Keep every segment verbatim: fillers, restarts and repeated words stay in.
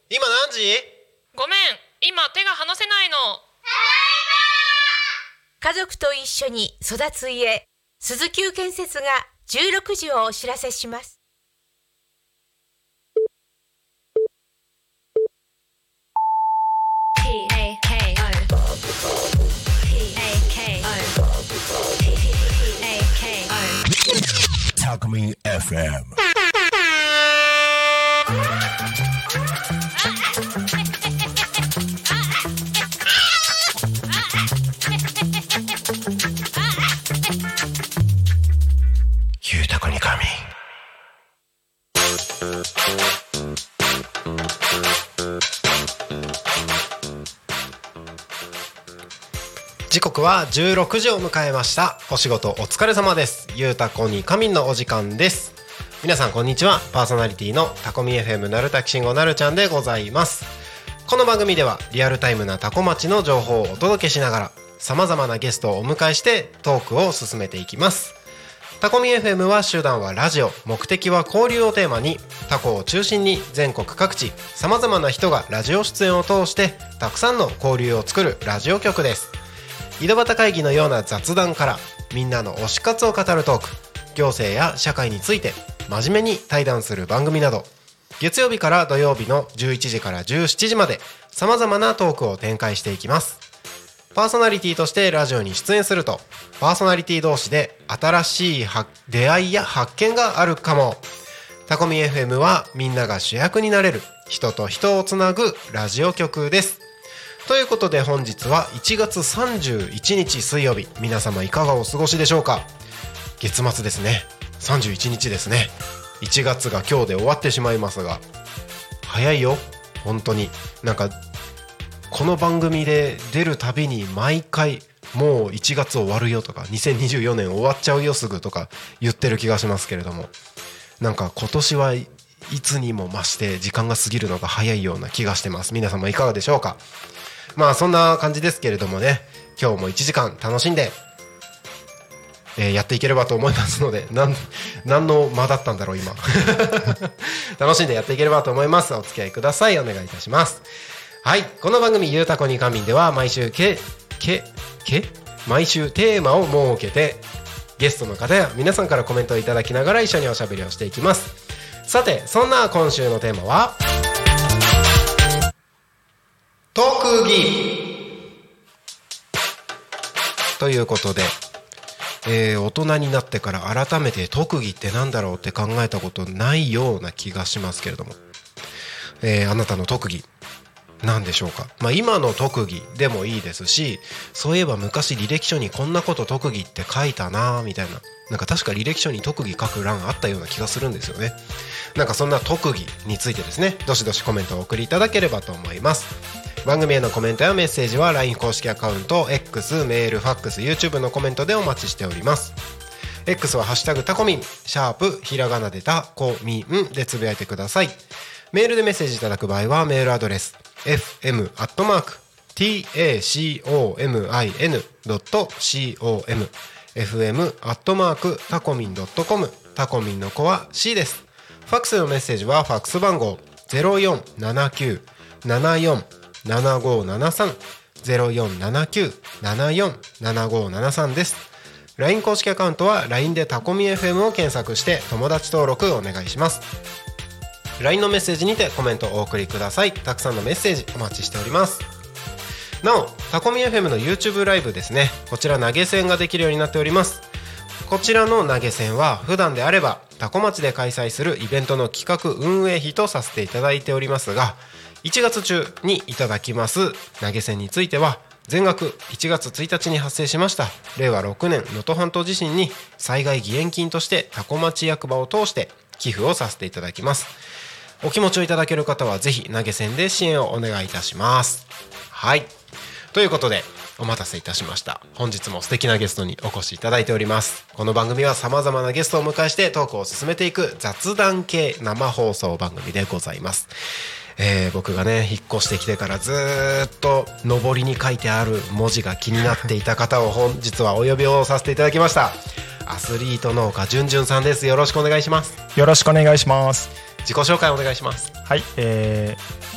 今何時？ ごめん、今手が離せないの。 家族と一緒に育つ家、鈴木建設がじゅうろくじをお知らせします。 タコミン エフエム。ゆうたこにかみ。 時刻はじゅうろくじを迎えました。お仕事お疲れ様です。ゆうたこにかみんのお時間です。皆さんこんにちは。パーソナリティのタコミ エフエム なるたきしんごなるちゃんでございます。この番組ではリアルタイムなタコ町の情報をお届けしながら、様々なゲストをお迎えしてトークを進めていきます。タコミ エフエム は手段はラジオ、目的は交流をテーマに、タコを中心に全国各地様々な人がラジオ出演を通してたくさんの交流を作るラジオ局です。井戸端会議のような雑談から、みんなの推し活を語るトーク、行政や社会について真面目に対談する番組など、月曜日から土曜日のじゅういちじからじゅうしちじまで様々なトークを展開していきます。パーソナリティとしてラジオに出演すると、パーソナリティ同士で新しい出会いや発見があるかも。タコミ エフエム はみんなが主役になれる、人と人をつなぐラジオ局です。ということで本日はいちがつさんじゅういちにち水曜日、皆様いかがお過ごしでしょうか。月末ですね。さんじゅういちにちですね。いちがつが今日で終わってしまいますが、早いよ本当に。なんかこの番組で出るたびに毎回もういちがつ終わるよとか、にせんにじゅうよねん終わっちゃうよすぐとか言ってる気がしますけれども、なんか今年はいつにも増して時間が過ぎるのが早いような気がしてます。皆様いかがでしょうか。まあそんな感じですけれどもね、今日もいちじかん楽しんで、えー、やっていければと思いますので、なん何の間だったんだろう今楽しんでやっていければと思います。お付き合いください。お願いいたします。はい、この番組ゆうたこにかみんでは毎週けけけ毎週テーマを設けて、ゲストの方や皆さんからコメントをいただきながら一緒におしゃべりをしていきます。さて、そんな今週のテーマは特技ということで、えー、大人になってから改めて特技ってなんだろうって考えたことないような気がしますけれども、えー、あなたの特技何でしょうか。まあ、今の特技でもいいですし、そういえば昔履歴書にこんなこと特技って書いたなみたいな、なんか確か履歴書に特技書く欄あったような気がするんですよね。なんかそんな特技についてですね、どしどしコメントをお送りいただければと思います。番組へのコメントやメッセージは ライン 公式アカウント、X、メール、ファックス、YouTube のコメントでお待ちしております。X はハッシュタグタコミン、シャープひらがなでタコミンでつぶやいてください。メールでメッセージいただく場合はメールアドレス エフエム アットマーク タコミン ドット コム エフエム アットマーク タコミン ドット コム、 タコミンの子は C です。ファックスのメッセージはファックス番号 ゼロよんななきゅう ななよん ななごななさん ゼロよんななきゅう ななよん ななごななさん です。 ライン 公式アカウントは ライン でタコミ エフエム を検索して友達登録お願いします。 ライン のメッセージにてコメントをお送りください。たくさんのメッセージお待ちしております。なお、タコミ エフエム の YouTube ライブですね、こちら投げ銭ができるようになっております。こちらの投げ銭は普段であればタコ町で開催するイベントの企画運営費とさせていただいておりますが、いちがつ中にいただきます投げ銭については全額いちがつついたちに発生しましたれいわろくねん能登半島地震に災害義援金としてタコ町役場を通して寄付をさせていただきます。お気持ちをいただける方はぜひ投げ銭で支援をお願いいたします。はい、ということでお待たせいたしました。本日も素敵なゲストにお越しいただいております。この番組は様々なゲストをお迎えしてトークを進めていく雑談系生放送番組でございます。えー、僕がね引っ越してきてからずっと上りに書いてある文字が気になっていた方を本日はお呼びをさせていただきました。アスリート農家じゅんじゅんさんです。よろしくお願いします。 よろしくお願いします。 自己紹介お願いします。 はい、え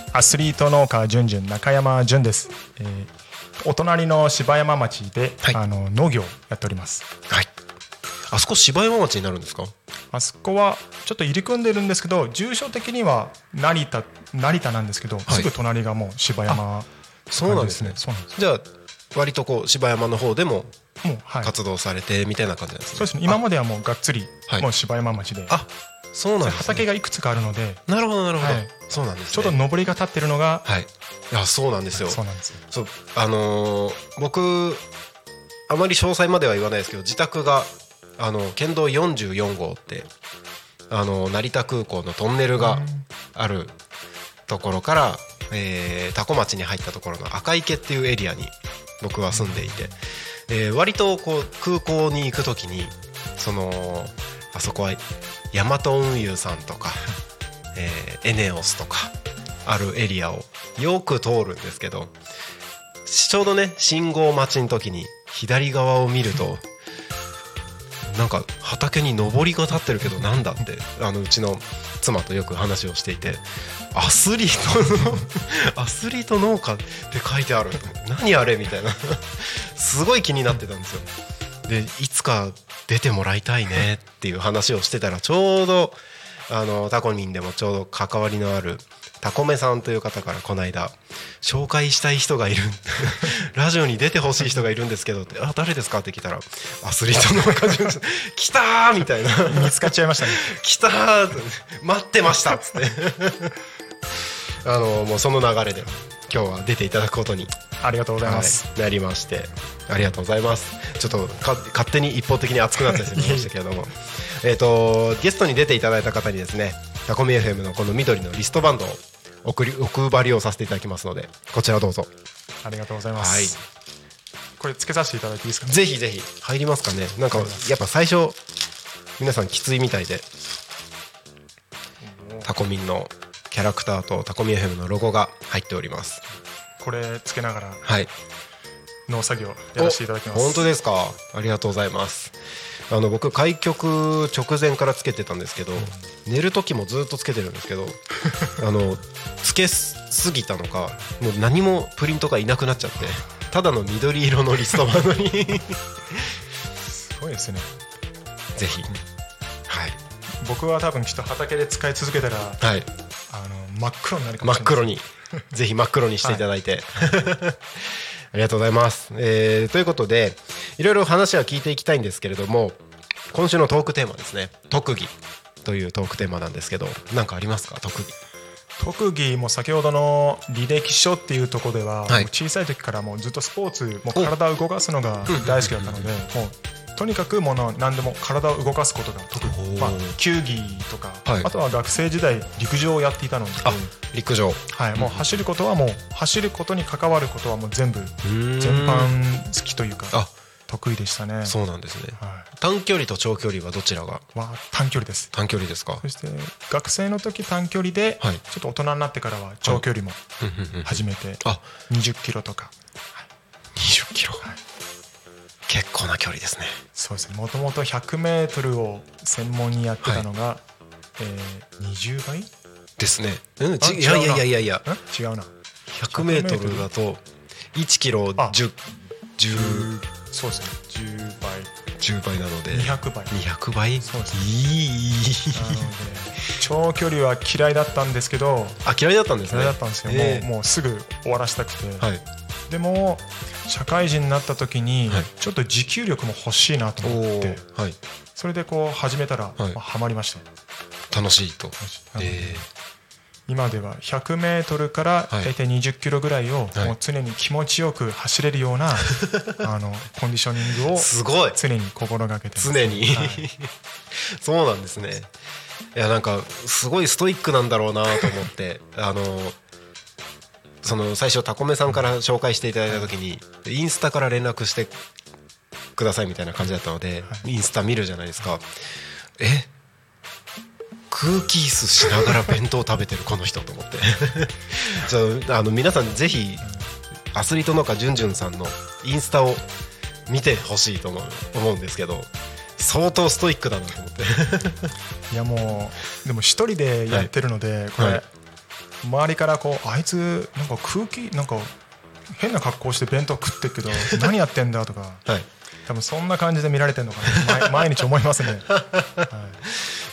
アスリート農家じゅんじゅん中山じゅんです、えー、お隣の柴山町で、はい、あの農業をやっております。 はい。あそこ柴山町になるんですか？ あそこはちょっと入り組んでるんですけど、住所的には成田成田なんですけど、はい、すぐ隣がもう柴山。 そうなんですね。そうなんです。じゃあ割とこう柴山の方でももう、はい、 活動されてみたいな感じなんですね。 そうですね。今まではもうがっつり、はい、もう柴山町で、 あ、そうなんですね。 畑がいくつかあるので。 なるほどなるほど、 はい、 そうなんですね。 ちょうど上りが立ってるのが、 はい、いやそうなんですよ。 そうなんですよ。 そう、あのー、僕あまり詳細までは言わないですけど、自宅があの県道よんじゅうよん号ってあの成田空港のトンネルがあるところから、えー、多古町に入ったところの赤池っていうエリアに僕は住んでいて、えー、割とこう空港に行くときにそのあそこはヤマト運輸さんとか、えー、エネオスとかあるエリアをよく通るんですけど、ちょうどね信号待ちの時に左側を見るとなんか畑に上りが立ってるけどなんだってあのうちの妻とよく話をしていて、アスリートのアスリート農家って書いてある、何あれみたいなすごい気になってたんですよ。でいつか出てもらいたいねっていう話をしてたら、ちょうどあのタコミンでもちょうど関わりのあるタコメさんという方からこの間紹介したい人がいるラジオに出てほしい人がいるんですけどって、あ誰ですかって聞いたらアスリートの感じです来たーみたいな見つかっちゃいましたね来たー待ってましたっつってあのもうその流れで今日は出ていただくことにありがとうございます、 はい、なりまして、ありがとうございます。ちょっとか勝手に一方的に熱くなってしまいましたけれどもえとゲストに出ていただいた方にですね、タコミ エフエム のこの緑のリストバンドを送りお配りをさせていただきますので、こちらどうぞ。 ありがとうございます、はい、これつけさせていただいていいですか、ね、 ぜひぜひ入りますかね。なんかやっぱ最初皆さんきついみたいで、タコミンのキャラクターとタコミ エフエム のロゴが入っております。 これつけながら、 はい、 農作業やらせていただきます。 本当ですか、ありがとうございます。あの僕開局直前からつけてたんですけど、うん、寝る時もずっとつけてるんですけどあのつけすぎたのかもう何もプリントがいなくなっちゃって、ただの緑色のリストバンドにすごいですね。 ぜひ、うん、はい、 僕は多分きっと畑で使い続けたら、はい、あの真っ黒になるかもしれない。真っ黒にぜひ真っ黒にしていただいて、はいありがとうございます、えー、ということでいろいろ話は聞いていきたいんですけれども、今週のトークテーマですね、特技というトークテーマなんですけど、何かありますか？特技特技も先ほどの履歴書っていうところでは、はい、小さい時からもうずっとスポーツも体を動かすのが大好きだったので、もうとにかくもの何でも体を動かすことが特技、まあ、球技とか、はい、あとは学生時代陸上をやっていたので、 あ陸上、 はい、もう走ることはもう走ることに関わることはもう全部全般好きというか得意でしたね。 そうなんですね、はい、短距離と長距離はどちらが？ は短距離です。 短距離ですか。 そして学生の時短距離で、はい、ちょっと大人になってからは長距離も始めて、はい、あにじゅっキロとか、 はい、にじゅっキロ、はい、結構な距離ですね。 そうですね。もともとひゃくメートルを専門にやってたのが、はい、えー、にじゅうばいですね。うん、ちいやいやいやいやいや違うな。 ひゃくメートルだといちキロじゅう、じゅうそうですね。じゅうばいじゅうばいなのでにひゃくばいにひゃくばい。 そうですね。 いいなので長距離は嫌いだったんですけど、 あ嫌いだったんですね。 嫌いだったんですよ、えー、もうもうすぐ終わらせたくて、はい、でも社会人になった時に、はい、ちょっと持久力も欲しいなと思って、はい、それでこう始めたら、はい、まあ、ハマりました。 楽しいと、えー、 今ではひゃくメートルから大体にじゅっキロぐらいをもう常に気持ちよく走れるような、はい、あのコンディショニングをすごい常に心がけてます。 常に、はい、そうなんですね。いやなんかすごいストイックなんだろうなと思ってあのその最初タコメさんから紹介していただいた時にインスタから連絡してくださいみたいな感じだったので、インスタ見るじゃないですか。え空気椅子しながら弁当食べてるこの人と思ってじゃあ、あの皆さんぜひアスリート農家じゅんじゅんさんのインスタを見てほしいと思う、思うんですけど、相当ストイックだなと思っていやもうでも一人でやってるので、はい、これ、はい、 周りからこうあいつなんか空気なんか変な格好して弁当食ってるけど何やってんだとか、はい、多分そんな感じで見られてるのかな毎日思いますね、はい、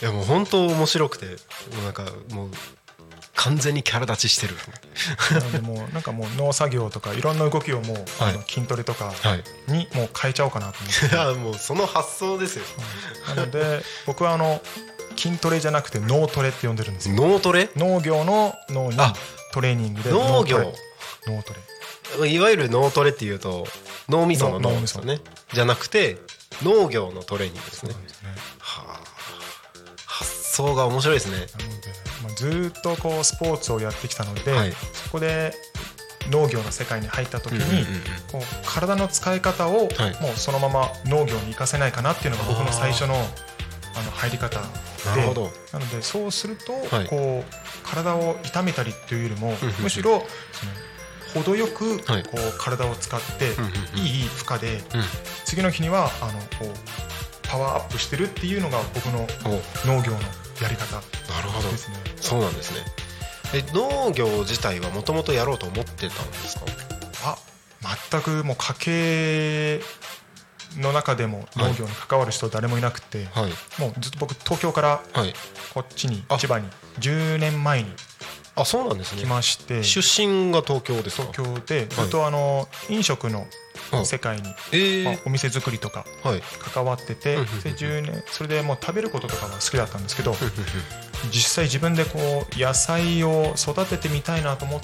いやもう本当面白くて、もうなんかもう完全にキャラ立ちしてるなのでもうなんかもう農作業とかいろんな動きをもう、はい、あの筋トレとかにもう変えちゃおうかなと思って、 はい、もうその発想ですよ、 はい、なので僕はあの筋トレじゃなくて脳トレって呼んでるんですよ。 脳トレ？ 農業の脳にトレーニングで農業脳トレ、いわゆる脳トレっていうと脳みその脳ですよね、じゃなくて農業のトレーニングですね。そうですね、はあ、発想が面白いですね。なので、 まあ、ずっとこうスポーツをやってきたので、はい、そこで農業の世界に入った時に、うんうんうん、こう体の使い方をもうそのまま農業に活かせないかなっていうのが僕の最初のあの入り方で、なるほど。なのでそうすると、はい、こう体を痛めたりっていうよりも、うんうんうん、むしろその程よくこう体を使って、はい、いい負荷で、うん、次の日にはあのこうパワーアップしてるっていうのが僕の農業のやり方ですね。 なるほど、そうなんですね。え農業自体はもともとやろうと思ってたんですか？ あ、全くもう家計の中でも農業に関わる人誰もいなくて、はい、もうずっと僕東京からこっちに、はい、千葉にじゅうねんまえにあ、そうなんですね、 来まして、 出身が東京ですか？ 東京でずっとあの飲食の世界に、はいまあ、お店作りとか関わってて、はい、でじゅうねんそれでもう食べることとかは好きだったんですけど実際自分でこう野菜を育ててみたいなと思って、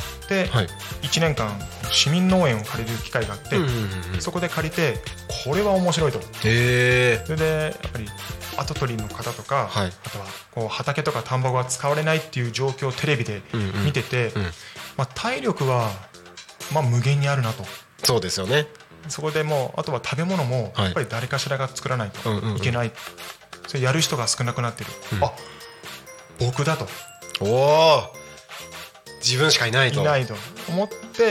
はい、いちねんかん市民農園を借りる機会があって、そこで借りてこれは面白いと。へー。それでやっぱり跡取りの方とか、はい、あとはこう畑とか田んぼが使われないっていう状況をテレビで見てて、うんうんまあ、体力はまあ無限にあるなと。 そうですよね。 そこでもうあとは食べ物もやっぱり誰かしらが作らないといけない、はい、それやる人が少なくなってる、うん、あ、僕だと、 おお、自分しかいないといないと思って、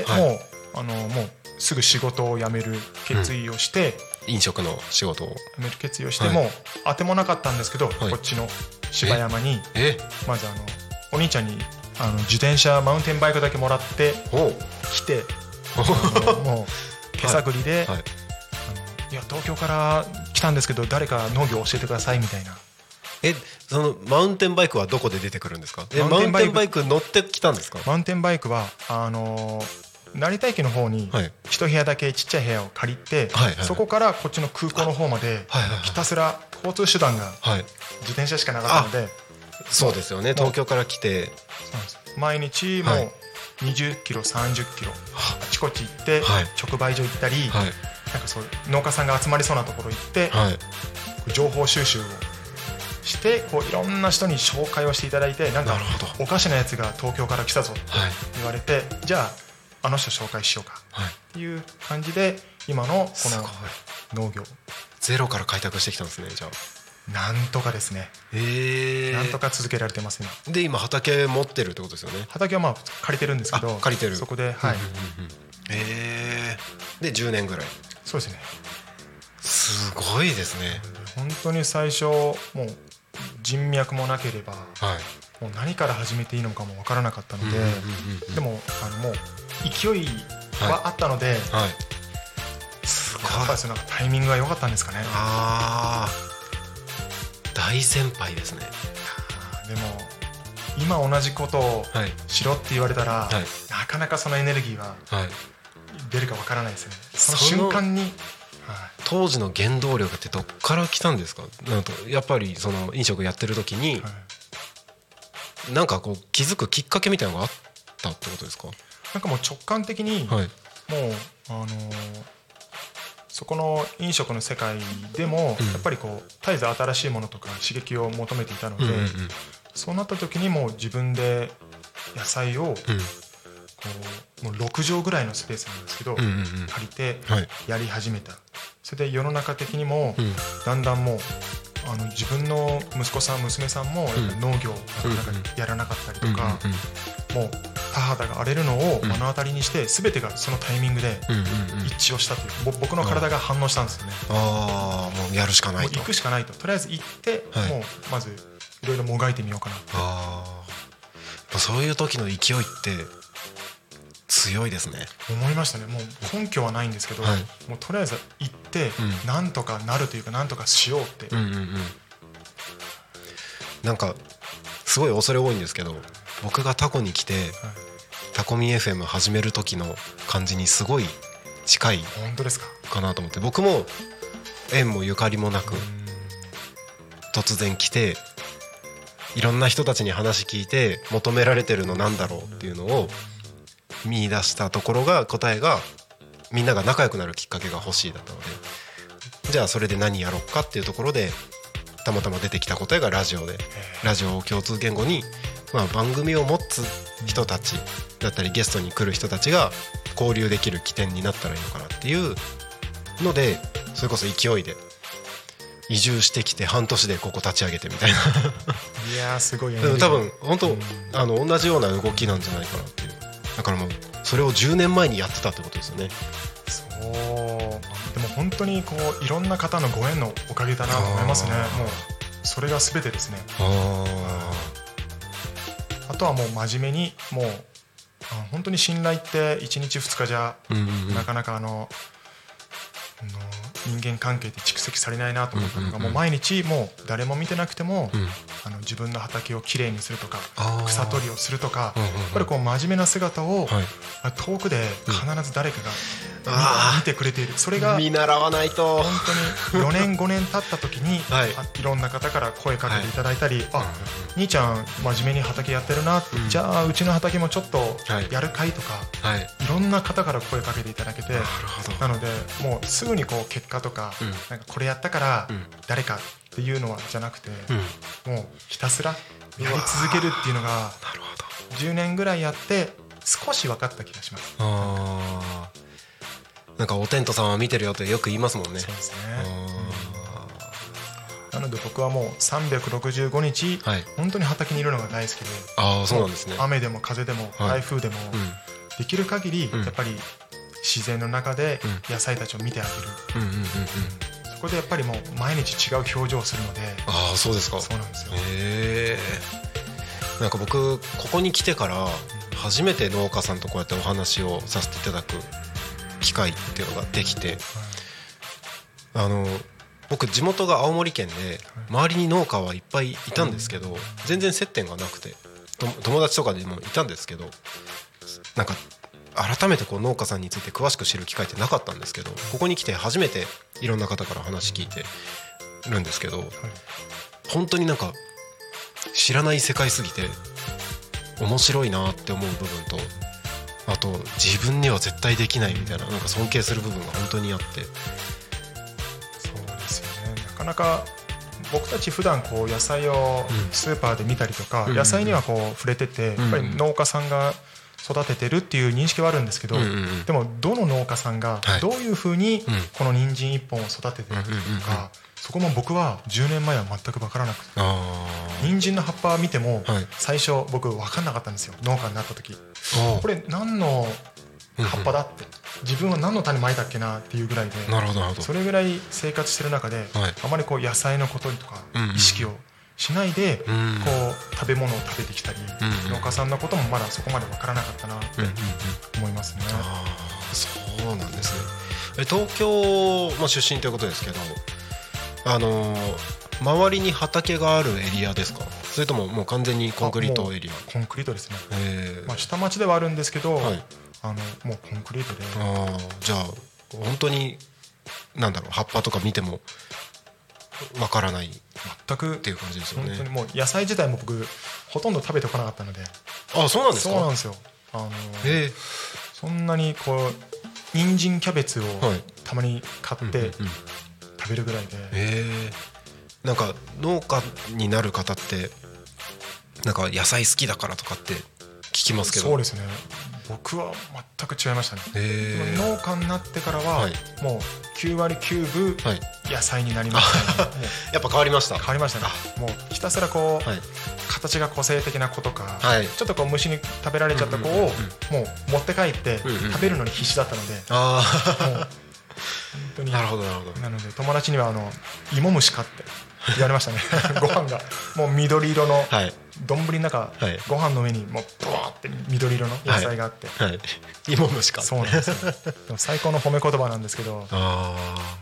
はい、もうあのもうすぐ仕事を辞める決意をして、 うん、飲食の仕事を辞める決意をして、はい、もう当てもなかったんですけど、はい、こっちの芝山にまずあのお兄ちゃんにあの自転車マウンテンバイクだけもらって来てもう手探りで、はいはい、あのいや東京から来たんですけど誰か農業教えてくださいみたいな。 え、そのマウンテンバイクはどこで出てくるんですか？え、マウンテンバイク乗ってきたんですか？ マウンテンバイクはあのー、成田駅の方に一部屋だけちっちゃい部屋を借りて、はいはいはい、そこからこっちの空港の方までひたすら交通手段が自転車しかなかったので、はい、 そうですよね。東京から来てそうです。毎日もうにじゅっキロさんじゅっキロあちこち行って直売所行ったり、はい、なんかそう農家さんが集まりそうなところ行って、はい、情報収集をしてこういろんな人に紹介をしていただいて、なんかおかしなやつが東京から来たぞって言われて、はい、じゃああの人紹介しようかっていう感じで今のこの農業ゼロから開拓してきたんですね。じゃあなんとかですね、えー、なんとか続けられてます今で。今畑持ってるってことですよね。 畑はまあ借りてるんですけど、 借りてるそこで、はい、 うんうんうん、えー、でじゅうねんぐらい。 そうですね。 すごいですね。 本当に最初もう人脈もなければ、はい、もう何から始めていいのかも分からなかったので、うんうんうんうん、でもあのもう勢いはあったので、はいはい、すごいやっぱりなんかタイミングが良かったんですかね。 あ大先輩ですね。 でも今同じことをしろって言われたら、はい、なかなかそのエネルギーは出るか分からないですね。その瞬間に、はい、 当時の原動力ってどっから来たんですか？なんとやっぱりその飲食やってる時に、はい、なんかこう気づくきっかけみたいなのがあったってことですか？ なんかもう直感的に、はい、もうあのーそこの飲食の世界でもやっぱりこう絶えず新しいものとか刺激を求めていたので、うんうんうん、そうなった時にもう自分で野菜をこうもうろくじょうぐらいのスペースなんですけど、うんうんうん、借りてやり始めた、はい、それで世の中的にもだんだんもうあの自分の息子さん娘さんもやっぱり農業なかなかやらなかったりとか、もう田畑が荒れるのを目の当たりにして全てがそのタイミングで一致をしたという、僕の体が反応したんですよね。 ああ、もうやるしかないと。 もう行くしかないと。とりあえず行って、はい、もうまずいろいろもがいてみようかな。 あそういう時の勢いって強いですね。 思いましたね。もう根拠はないんですけど、はい、もうとりあえず行って、うん、なんとかなるというかなんとかしようって、うんうんうん、 なんかすごい恐れ多いんですけど、僕がタコに来て、はい、タコミ エフエム 始める時の感じにすごい近いかなと思って、僕も縁もゆかりもなく突然来て、いろんな人たちに話聞いて求められてるのなんだろうっていうのを見出したところが、答えがみんなが仲良くなるきっかけが欲しいだったので、じゃあそれで何やろうかっていうところでたまたま出てきた答えがラジオで、ラジオを共通言語に、まあ、番組を持つ人たちだったりゲストに来る人たちが交流できる起点になったらいいのかなっていうので、それこそ勢いで移住してきて半年でここ立ち上げてみたいな。 いやーすごい。 多分本当、うん、あの同じような動きなんじゃないかなっていう。だからもうそれをじゅうねんまえにやってたってことですよね。 そうでも本当にこういろんな方のご縁のおかげだなと思いますね。もうそれが全てですね。あ, あとはもう真面目にもう本当に信頼っていちにちふつかじゃ、うんうんうん、なかなかあの人間関係って蓄積されないなと思ったのが、もう毎日もう誰も見てなくても、うん、あの自分の畑をきれいにするとか草取りをするとか、やっぱりこう真面目な姿を遠くで必ず誰かが見てくれている。それが見習わないと本当によねんごねん経った時に、はい、いろんな方から声かけていただいたり、はい、あ、兄ちゃん真面目に畑やってるなって、うん、じゃあうちの畑もちょっとやるかいとか、はい、いろんな方から声かけていただけて、 なるほど。なのでもうすぐにこう結果とか、うん、なんかこれやったから誰かっていうのはじゃなくて、うん、もうひたすらやり続けるっていうのがじゅうねんぐらいやって少し分かった気がします。 あ、なんかおテントさんは見てるよってよく言いますもんね。 そうですね。なので僕はもうさんびゃくろくじゅうごにち、はい、本当に畑にいるのが大好きで、 あ、そうなんですね。 雨でも風でも台風でも、はい、うん、できる限りやっぱり自然の中で野菜たちを見てあげる、うんうんうんうん、そこでやっぱりもう毎日違う表情をするので。 ああ、そうですか。 そうなんですよ。 へー。なんか僕ここに来てから初めて農家さんとこうやってお話をさせていただく機会っていうのができて、はい、あの僕地元が青森県で周りに農家はいっぱいいたんですけど、全然接点がなくて、友達とかでもいたんですけど、なんか改めてこう農家さんについて詳しく知る機会ってなかったんですけど、ここに来て初めていろんな方から話聞いてるんですけど、本当になんか知らない世界すぎて面白いなって思う部分と、あと自分には絶対できないみたいな、なんか尊敬する部分が本当にあって。 そうですよね。なかなか僕たち普段こう野菜をスーパーで見たりとか、野菜にはこう触れてて、やっぱり農家さんが育ててるっていう認識はあるんですけど、でもどの農家さんがどういうふうにこの人参一本を育ててるとか、そこも僕はじゅうねんまえは全く分からなくて、人参の葉っぱ見ても最初僕分かんなかったんですよ。農家になった時、これ何の葉っぱだって、自分は何の種まいたっけなっていうぐらいで、それぐらい生活してる中であまりこう野菜のこととか意識をしないでこう食べ物を食べてきたり、農家さんのこともまだそこまで分からなかったなって思いますね。 あ、そうなんですね。東京、まあ、出身ということですけど、あのー、周りに畑があるエリアですか？それとももう完全にコンクリートエリア？ コンクリートですね。まあ、下町ではあるんですけど、はい、あのもうコンクリートで。 あ、じゃあ本当になんだろう、葉っぱとか見てもわからない全くっていう感じですよね。 本当にもう野菜自体も僕ほとんど食べてこなかったので。 あ、そうなんですか？ そうなんですよ。あのー、そんなにこう人参キャベツをたまに買って食べるぐらいで、 えー、なんか農家になる方ってなんか野菜好きだからとかって聞きますけど。 そうですね。僕は全く違いましたね。えー、農家になってからは、はい、もうきゅうわりきゅうぶ野菜になりました、ね。 やっぱ変わりました。 変わりましたね。もうひたすらこう、はい、形が個性的な子とか、はい、ちょっとこう虫に食べられちゃった子を、うんうんうん、もう持って帰って食べるのに必死だったので、うんうん、もう本当に。 なるほどなるほど。 なので友達にはあの芋虫かって言われましたね。ご飯がもう緑色の丼の中、 はい、 ご飯の上にもうブワーって緑色の野菜があって、 はいはい、芋虫か。 そうなんですよでも最高の褒め言葉なんですけど、 あ、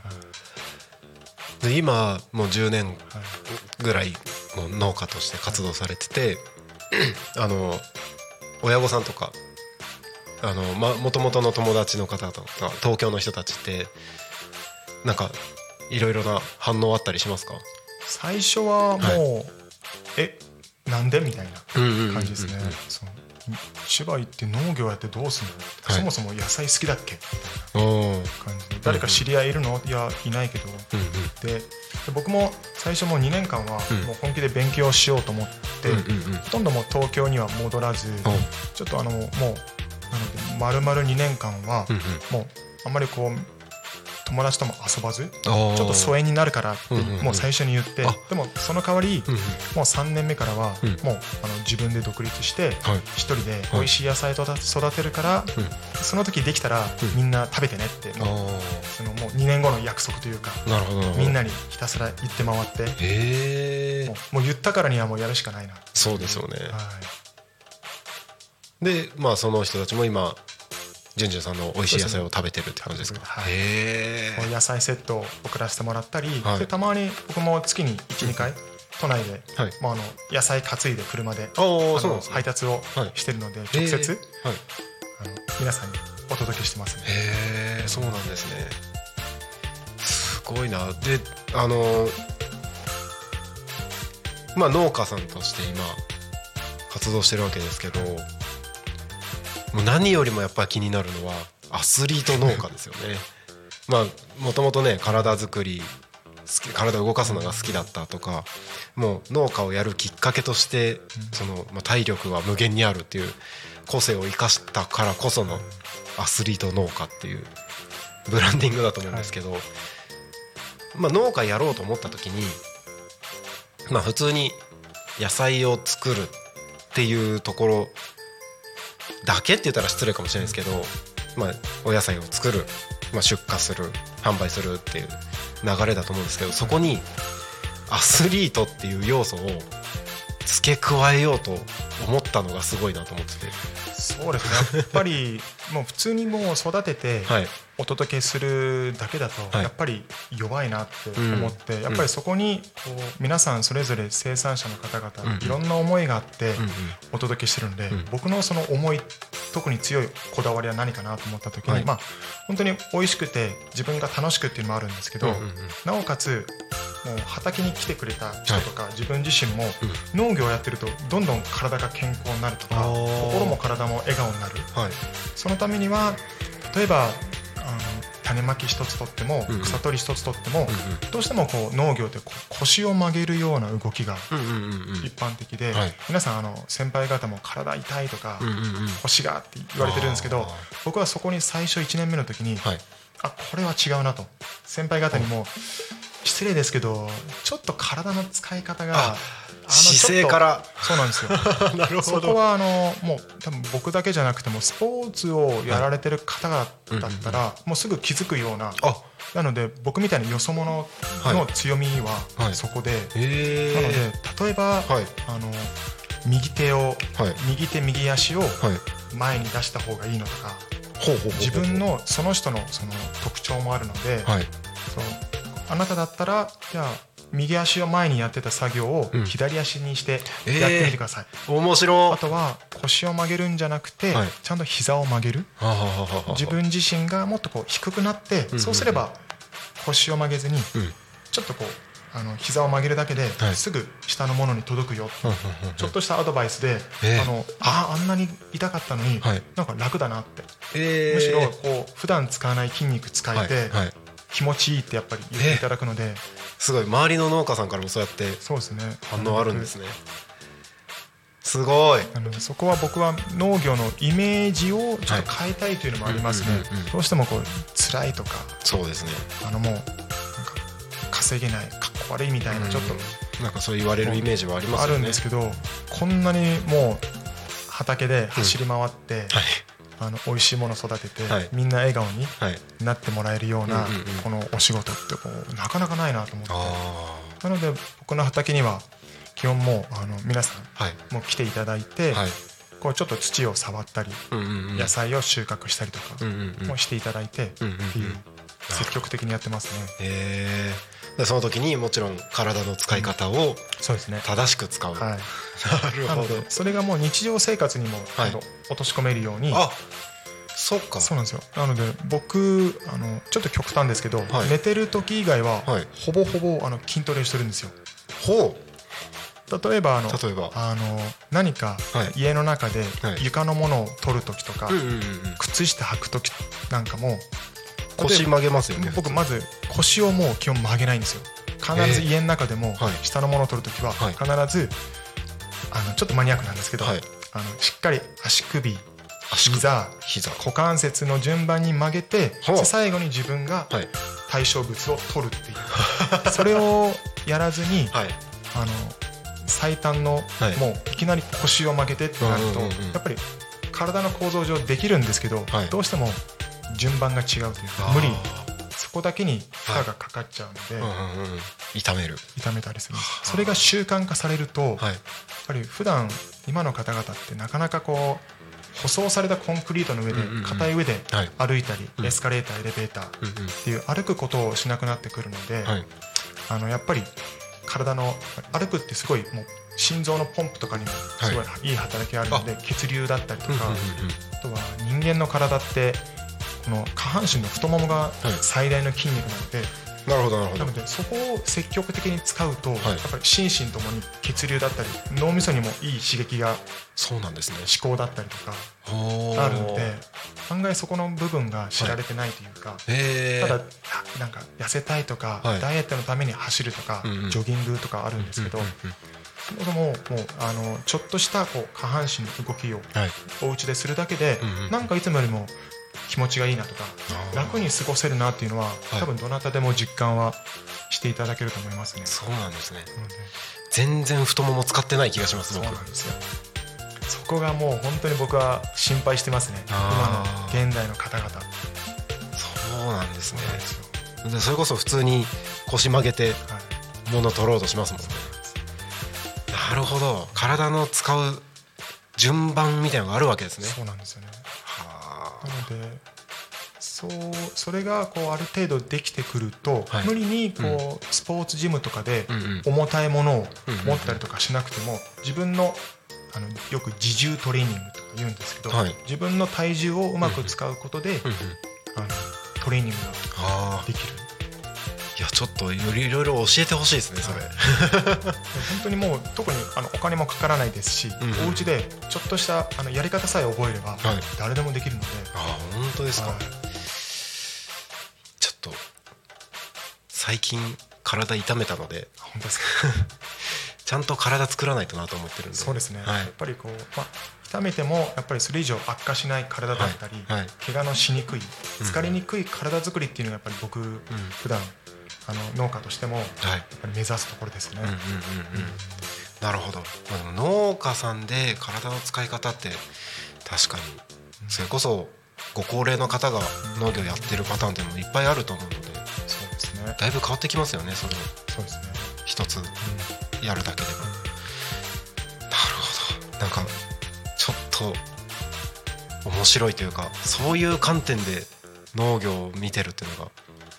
うん、で今もうじゅうねんぐらいもう農家として活動されてて、あの親御さんとかあの、ま、元々の友達の方とか東京の人たちってなんかいろいろな反応あったりしますか？ 最初はもう、はい、えなんでみたいな感じですね。千葉行って農業やってどうすんの、はい、そもそも野菜好きだっけみたいな感じで、誰か知り合いいるの？いやいないけど、うんうん、で, で僕も最初もうにねんかんはもう本気で勉強しようと思って、うんうんうん、ほとんどもう東京には戻らず、うん、ちょっとあのもうなので丸々にねんかんはもうあんまりこう友達とも遊ばず、ちょっと疎遠になるからってもう最初に言って、でもその代わりもうさんねんめからはもうあの自分で独立して一人で美味しい野菜を育てるから、その時できたらみんな食べてねってもうそのもうにねんごの約束というか、みんなにひたすら言って回って、もうもう言ったからにはもうやるしかないな。 そうですよね。でまあその人たちも今じゅんじゅんさんの美味しい野菜を食べてるって感じですか？ はい、へー。野菜セットを送らせてもらったり、はい、でたまに僕も月にいち、にかい都内で、はい、まあ、あの野菜担いで車で、あの配達をしてるので、はい、直接、はい、あの皆さんにお届けしてますね。 へー、そうなんですね。すごいな。であのまあ農家さんとして今活動してるわけですけど、もう何よりもやっぱり気になるのはアスリート農家ですよね。まあもともとね体作り好き、体を動かすのが好きだったとか、もう農家をやるきっかけとしてその、まあ、体力は無限にあるっていう個性を生かしたからこそのアスリート農家っていうブランディングだと思うんですけど、まあ、農家やろうと思った時に、まあ、普通に野菜を作るっていうところだけって言ったら失礼かもしれないですけど、まあ、お野菜を作る、まあ、出荷する、販売するっていう流れだと思うんですけど、そこにアスリートっていう要素を付け加えようと思ったのがすごいなと思ってて。 そうですね、やっぱりもう普通にもう育ててお届けするだけだとやっぱり弱いなって思って、やっぱりそこにこう皆さんそれぞれ生産者の方々いろんな思いがあってお届けしてるんで、僕のその思い、特に強いこだわりは何かなと思った時に、まあ本当に美味しくて自分が楽しくっていうのもあるんですけど、なおかつもう畑に来てくれた人とか自分自身も農業をやってるとどんどん体が健康になるとか、心も体も笑顔になる、はい、そのためには例えばあの種まき一つとっても草取り一つとっても、どうしてもこう農業ってこう腰を曲げるような動きが一般的で、皆さんあの先輩方も体痛いとか腰がって言われてるんですけど、僕はそこに最初いちねんめの時に、はい、あこれは違うなと、先輩方にも失礼ですけどちょっと体の使い方があの姿勢からそうなんですよなるほど。 そこはあのもう多分僕だけじゃなくてもスポーツをやられてる方々だったらもうすぐ気づくような、なので僕みたいなよそ者の強みはそこで、なので例えば、はい、あの右手を、はい、右手右足を前に出した方がいいのとか、自分のその人のその特徴もあるので、はい、そうあなただったらじゃあ右足を前にやってた作業を左足にしてやってみてください、 うんえー、面白い。 あとは腰を曲げるんじゃなくて、はい、ちゃんと膝を曲げる、自分自身がもっとこう低くなって、うん、そうすれば腰を曲げずに、うん、ちょっとこうあの膝を曲げるだけですぐ下のものに届くよ、はい、ちょっとしたアドバイスで、えー、あの あ, あんなに痛かったのに、はい、なんか楽だなって、えー、むしろこう普段使わない筋肉使えて、はいはい、気持ちいいってやっぱり言っていただくので、えー、 すごい周りの農家さんからもそうやって反応あるんですね。すごい。 あのそこは僕は農業のイメージをちょっと変えたいというのもありますね。どうしてもこう辛いとか、 そうですね、 あのもうなんか稼げない、かっこ悪いみたいな、ちょっとなんかそう言われるイメージはありますよね。 あるんですけど、こんなにもう畑で走り回って、うんはい、あの美味しいものを育てて、はい、みんな笑顔になってもらえるようなこのお仕事ってこうなかなかないなと思って、なので僕の畑には基本もうあの皆さんはいもう来ていただいて、 はいこうちょっと土を触ったり、 うんうんうん野菜を収穫したりとかうんうんうんもしていただいてってうんうんうんいう積極的にやってますね。 へーでその時にもちろん体の使い方をそうですね。 正しく使う、 はい。 なるほどなのでそれがもう日常生活にもはいあの落とし込めるように。 あそっかそうなんですよ。なので僕あのちょっと極端ですけど、 はい寝てる時以外ははいほぼほぼあの筋トレしてるんですよ。 ほ例えばあの例えばあの何かはい家の中ではい床のものを取る時とか、 う、うんうんうんうん、 靴下履く時なんかも腰曲げますよね僕まず腰をもう基本曲げないんですよ。必ず家の中でもはい下のものを取る時ははい必ずあのちょっとマニアックなんですけど、 はいあのしっかり足首、 足首膝、 膝股関節の順番に曲げて、 ほうで最後に自分がはい対象物を取るっていうそれをやらずにはいあの最短の、 はいもういきなり腰を曲げてってなると、 うんうんうんうんやっぱり体の構造上できるんですけど、 はいどうしても順番が違うというかあー無理そこだけに負荷がかかっちゃうので、 うんうんうん痛める痛めたりするんです。それが習慣化されると、やっはいぱり普段今の方々ってなかなかこう舗装されたコンクリートの上でうんうんうん硬い上ではい歩いたり、 うんエスカレーターエレベーターっうんうんていう歩くことをしなくなってくるので、 はいあのやっぱり体の歩くってすごいもう心臓のポンプとかにもすごいいい働きがあるので、血流だったりとか、 うんうんうんあとは人間の体ってこの下半身の太ももが最大の筋肉なので、 なるほどなるほどなのでそこを積極的に使うと、 いやっぱり心身ともに血流だったり脳みそにもいい刺激がそうなんですね思考だったりとかおーあるので、案外そこの部分が知られてないというか、 へーただなんか痩せたいとか、 はいダイエットのために走るとか、 うんうんジョギングとかあるんですけど、 うんうんうんそもそももうあのちょっとしたこう下半身の動きをはいお家でするだけで、 うんうんなんかいつもよりも気持ちがいいなとかあー楽に過ごせるなっていうのは、 い多分どなたでも実感はしていただけると思いますね。 そうなんですねなので全然太もも使ってない気がしますそう僕なんですよ。そこがもう本当に僕は心配してますね。 あー今の現代の方々。 そうなんですねそうなんですよ。 でそれこそ普通に腰曲げてはい。 物取ろうとしますもんねなるほど体の使う順番みたいなのがあるわけですねそうなんですよね。 はなのでそうそれがこうある程度できてくると、 はい無理にこう、スポーツジムとかでうんうん重たいものをうんうんうん持ったりとかしなくても、自分のあのよく自重トレーニングとか言うんですけど、 はい自分の体重をうまく使うことで、 うんうんあのトレーニングあができる。 いやちょっとよりいろいろ教えてほしいですねそれ本当にもう特にあのお金もかからないですし、 うんうんお家でちょっとしたあのやり方さえ覚えればはい誰でもできるので、 あ本当ですか、 はいちょっと最近体痛めたので本当ですかちゃんと体作らないとなと思ってるんでそうですね、 はいやっぱりこう、まあ、痛めてもやっぱりそれ以上悪化しない体だったり、 はいはい怪我のしにくい疲れにくい体作りっていうのがやっぱり僕、普段あの農家としてもやっはいぱり目指すところですね、 うんうんうんうんなるほど、まあ、でも農家さんで体の使い方って確かにそれこそご高齢の方が農業やってるパターンっていうのもいっぱいあると思うのでそうですねだいぶ変わってきますよねそれをそうですね、 一つやるだけでもなるほどなんかちょっと面白いというかそういう観点で農業を見てるっていうのが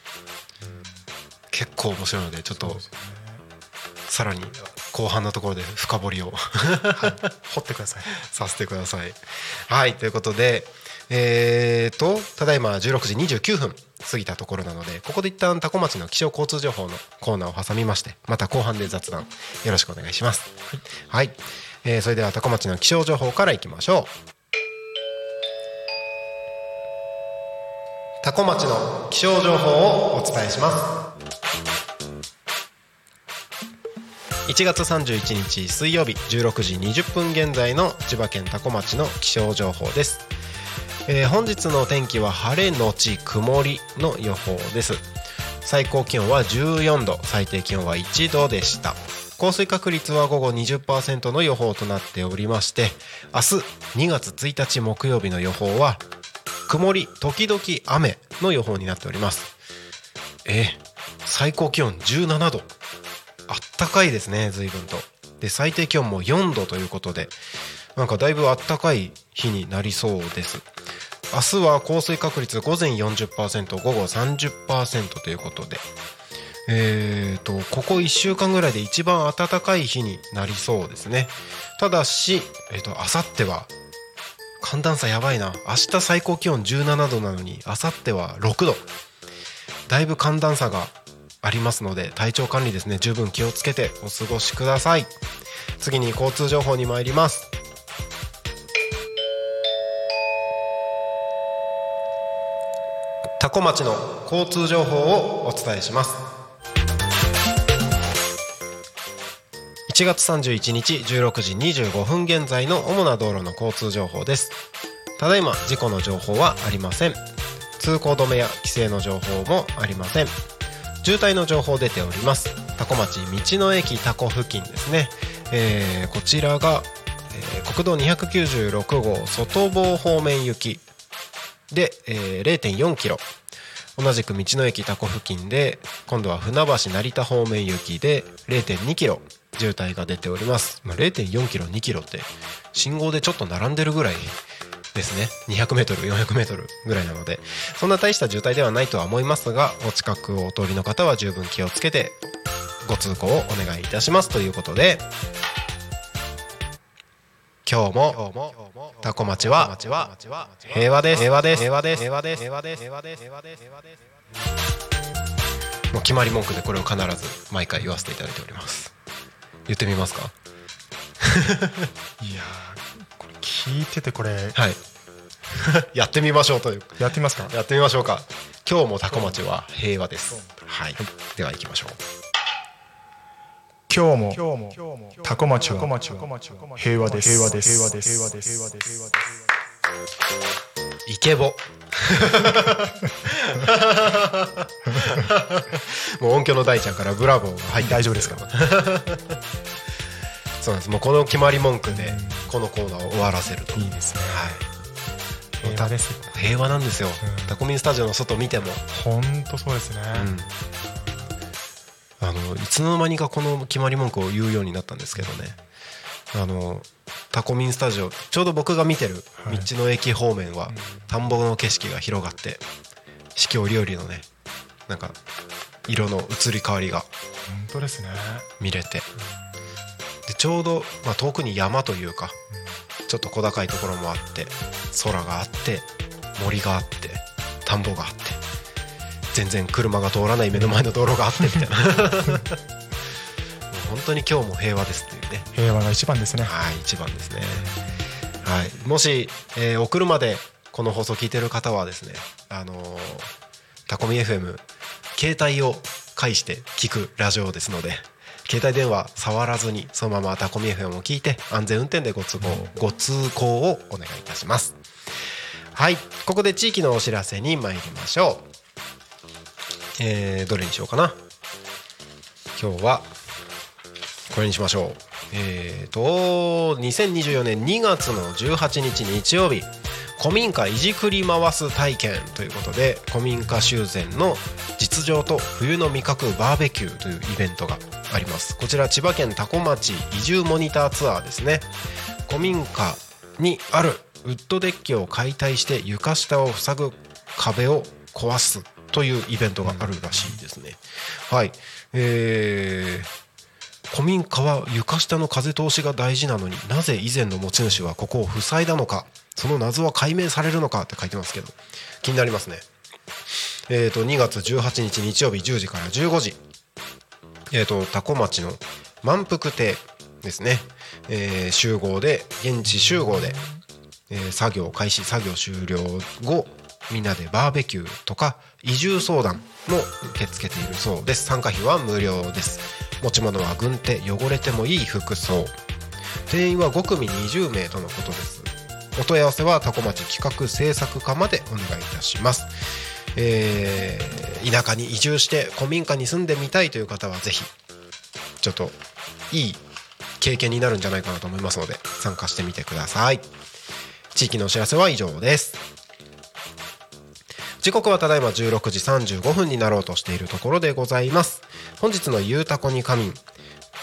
結構面白いのでちょっとそうですよねさらに後半のところで深掘りを掘ってくださいさせてください。はいということでえーとただいまじゅうろくじにじゅうきゅうふん過ぎたところなのでここで一旦多古町の気象交通情報のコーナーを挟みましてまた後半で雑談よろしくお願いします。はい、はいえー、それでは多古町の気象情報からいきましょう。多古町の気象情報をお伝えします。いちがつさんじゅういちにち水曜日じゅうろくじにじゅっぷん現在の千葉県多古町の気象情報です。えー、本日の天気は晴れのち曇りの予報です。最高気温はじゅうよんど、最低気温はいちどでした。降水確率は午後 にじゅっパーセント の予報となっておりまして、明日にがつついたち木曜日の予報は曇り時々雨の予報になっております。えー、最高気温じゅうななど、あったかいですね随分と。 で最低気温もよんどということで、なんかだいぶ暖かい日になりそうです。明日は降水確率午前 よんじゅっパーセント 午後 さんじゅっパーセント ということで、えーとここいっしゅうかんぐらいで一番暖かい日になりそうですね。ただし、えーと明後日は寒暖差やばいな。明日最高気温じゅうななどなのに明後日はろくど、だいぶ寒暖差がありますので体調管理ですね、十分気をつけてお過ごしください。次に交通情報に参ります。多古町の交通情報をお伝えします。いちがつさんじゅういちにちじゅうろくじにじゅうごふん現在の主な道路の交通情報です。ただいま事故の情報はありません。通行止めや規制の情報もありません。渋滞の情報出ております。多古町道の駅多古付近ですね、えー、こちらが、えー、国道にひゃくきゅうじゅうろくごう外房方面行きで、えー、れいてんよんキロ、同じく道の駅多古付近で今度は船橋成田方面行きで れいてんにキロ渋滞が出ております。まあ、れいてんよんキロ、にキロって信号でちょっと並んでるぐらいですね。にひゃくメートル、よんひゃくメートルぐらいなので、そんな大した渋滞ではないとは思いますが、お近くをお通りの方は十分気をつけてご通行をお願いいたしますということで、今日も多古町は平和です。平和です。平和です。平和です。平和です。平和です。平和です。平和です。もう決まり文句でこれを必ず毎回言わせていただいております。言ってみますか。 いやー、これ聞いててこれ、 はい。やってみましょうという。 やってみますか。 やってみましょうか。今日も多古町は平和です。はい。では行きましょう。 今日も多古町は平和です。平和です。平和です。平和です。平和です。 イケボ。もう音響の大ちゃんからブラボーが入って、 大丈夫ですか。 そうなんです。もうこの決まり文句でこのコーナーを終わらせると。 いいですね。はい。平和です。 平和なんですよ。タコミンスタジオの外見ても本当そうですね。 うん、あのいつの間にかこの決まり文句を言うようになったんですけどね。あのタコミンスタジオ、ちょうど僕が見てる道の駅方面は田んぼの景色が広がって四季折々のね、なんか色の移り変わりが本当ですね見れて、でちょうど、まあ、遠くに山というかちょっと小高いところもあって、空があって森があって田んぼがあって、全然車が通らない目の前の道路があってみたいな。本当に今日も平和ですっていうね。 平和が一番ですね。 はい、一番ですね。はい、もし、えー、お車でこの放送聞いてる方はですね、あのー、タコミ エフエム 携帯を介して聞くラジオですので、携帯電話触らずにそのままタコミ エフエム を聞いて安全運転でご通行、ご通行をお願いいたします。はい、ここで地域のお知らせに参りましょう。えー、どれにしようかな。今日はこれにしましょう。えーとにせんにじゅうよねんにがつのじゅうはちにち日曜日、古民家いじくり回す体験ということで、古民家修繕の実情と冬の味覚バーベキューというイベントがあります。こちら千葉県多古町移住モニターツアーですね。古民家にあるウッドデッキを解体して床下を塞ぐ壁を壊すというイベントがあるらしいですね。はい、えー古民家は床下の風通しが大事なのに、なぜ以前の持ち主はここを塞いだのか、その謎は解明されるのかって書いてますけど、気になりますね。えーとにがつじゅうはちにち日曜日じゅうじからじゅうごじ、えーと多古町の満腹亭ですね、えー、集合で現地集合で、えー、作業開始、作業終了後みんなでバーベキューとか移住相談も受け付けているそうです。参加費は無料です。持ち物は軍手、汚れてもいい服装、定員はごくみにじゅうめいとのことです。お問い合わせは多古町企画制作課までお願いいたします。えー、田舎に移住して古民家に住んでみたいという方はぜひちょっといい経験になるんじゃないかなと思いますので参加してみてください。地域のお知らせは以上です。時刻はただいまじゅうろくじさんじゅうごふんになろうとしているところでございます。本日のゆうたこに仮眠、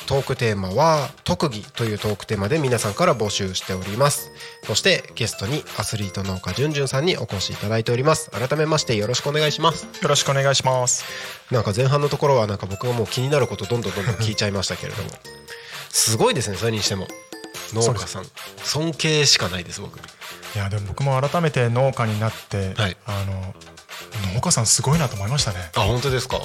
トークテーマは特技というトークテーマで皆さんから募集しております。そしてゲストにアスリート農家じゅんじゅんさんにお越しいただいております。改めましてよろしくお願いします。 よろしくお願いします。 なんか前半のところはなんか僕がもう気になることどんどんどんどん聞いちゃいましたけれどもすごいですね。それにしても農家さん尊敬しかないです僕。 いやでも僕も改めて農家になって、はい、あの農家さんすごいなと思いましたね。 あ、本当ですか。はい、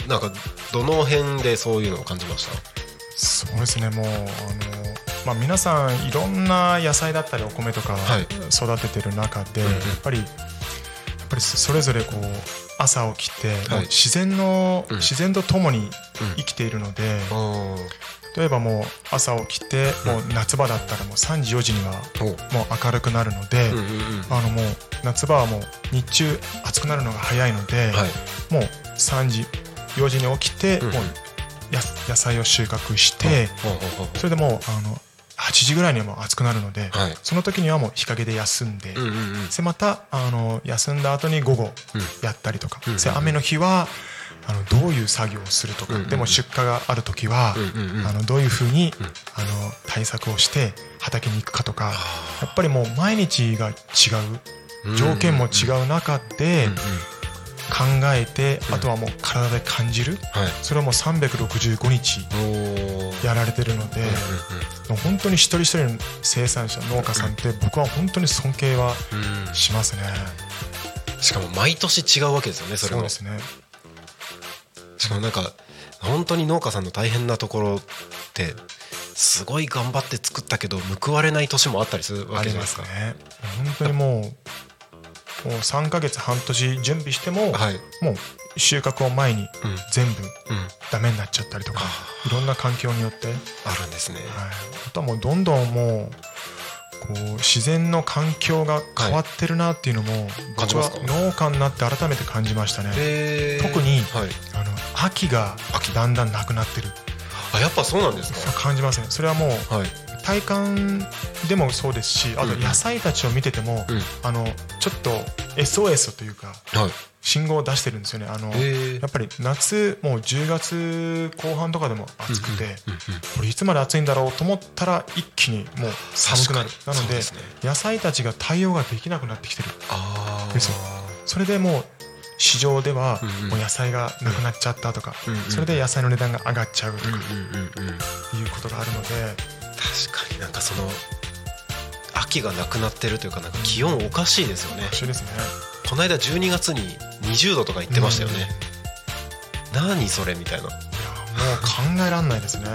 なんかどの辺でそういうのを感じました？ そうですね、もうあの、まあ、皆さんいろんな野菜だったりお米とか育ててる中で、はい、やっぱりやっぱりそれぞれこう朝起きて、はい、自然の、うん、自然と共に生きているので、うん、例えばもう朝起きて、うん、もう夏場だったらもうさんじよじにはもう明るくなるので、うんうんうん、あのもう夏場はもう日中暑くなるのが早いので、はい、もうさんじよじに起きて、うんうん、もう野菜を収穫して、うん、それでもうあのはちじぐらいにはもう暑くなるので、はい、その時にはもう日陰で休んで、うんうんうん、でまたあの休んだ後に午後やったりとか、うんうんうん、雨の日はあのどういう作業をするとか、うんうんうん、でも出荷がある時は、うんうんうん、あのどういうふうに、うん、あの対策をして畑に行くかとか、やっぱりもう毎日が違う条件も違う中で考えて、あとはもう体で感じる、はい、それをもうさんびゃくろくじゅうごにちやられてるので、もう本当に一人一人の生産者農家さんって僕は本当に尊敬はしますね。 しかも毎年違うわけですよね。それはそうですね。 しかもなんか本当に農家さんの大変なところってすごい頑張って作ったけど報われない年もあったりするわけじゃないですか。 ありますね。本当にもうもうさんかげつ半年準備しても、はい、もう収穫を前に全部ダメになっちゃったりとか、うん、いろんな環境によってあるんですね。はい、 あとはもうどんどんもうこう自然の環境が変わってるなっていうのも、はい、僕は農家になって改めて感じましたね。特に、はい、あの秋がだんだんなくなってる。 あ、やっぱそうなんですか。 感じますね。それはもう、はい、体感でもそうですし、あと野菜たちを見てても、うん、あのちょっと エスオーエス というか、はい、信号を出してるんですよね。あのやっぱり夏もうじゅうがつこう半とかでも暑くて、これいつまで暑いんだろうと思ったら一気にもう寒くなる。なので、ね、野菜たちが対応ができなくなってきてるんですよ。それでもう市場ではもう野菜がなくなっちゃったとか、それで野菜の値段が上がっちゃうとかいうことがあるので、 確かになんかその秋がなくなってるというか、なんか気温おかしいですよね。 おかしいですね。この間じゅうにがつににじゅうどとか言ってましたよね。うん、何それみたいな。いやもう考えらんないですね。うん、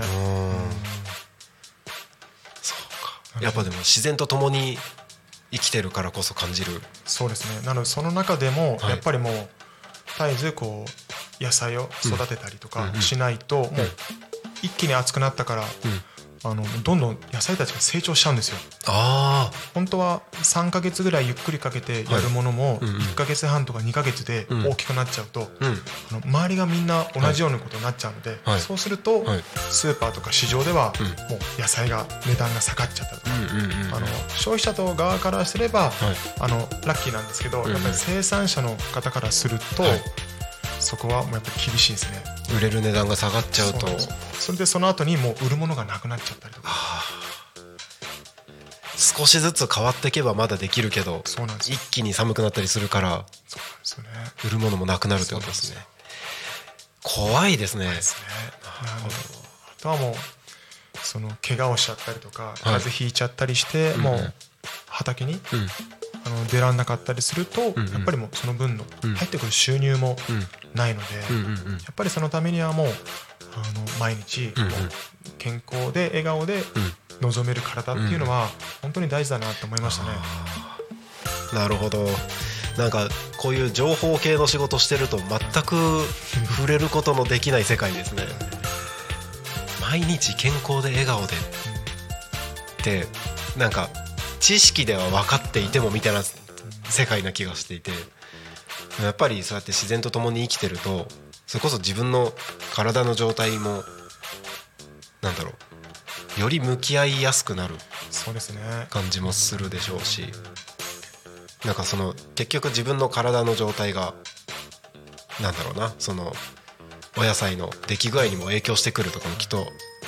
そうか。やっぱでも自然と共に生きてるからこそ感じる。 そうですね。なのでその中でもやっぱりもう絶えずこう野菜を育てたりとかしないと、もう一気に暑くなったから、うんあのどんどん野菜たちが成長しちゃうんですよ。あ本当はさんかげつぐらいゆっくりかけてやるものもいっかげつはんとかにかげつで大きくなっちゃうと、うん、あの周りがみんな同じようなことになっちゃうので、はい、そうすると、はい、スーパーとか市場ではもう野菜が値段が下がっちゃったとか、あの消費者と側からすれば、はい、あのラッキーなんですけど、やっぱり生産者の方からすると、はい、そこはもうやっぱり厳しいですね。 売れる値段が下がっちゃうと、 そ, それでその後にもう売るものがなくなっちゃったりとか、 少しずつ変わっていけばまだできるけど、そうなんですよ。一気に寒くなったりするから、そうなんですよね、売るものもなくなるってことですね。怖いですね。怖いですね。なるほど。 あとはもうその怪我をしちゃったりとか、風邪ひいちゃったりして、はい、もう畑に、うんあの出らんなかったりすると、うんうん、やっぱりもうその分の入ってくる収入もないので、うんうんうんうん、やっぱりそのためにはもうあの毎日もう健康で笑顔で臨める体っていうのは本当に大事だなと思いましたね。 うん、なるほど。なんかこういう情報系の仕事してると全く触れることのできない世界ですね。毎日健康で笑顔でってなんか知識では分かっていてもみたいな世界な気がしていて、やっぱりそうやって自然と共に生きてると、それこそ自分の体の状態もなんだろう、より向き合いやすくなる感じもするでしょうし、なんかその結局自分の体の状態がなんだろうな、そのお野菜の出来具合にも影響してくるとかもきっと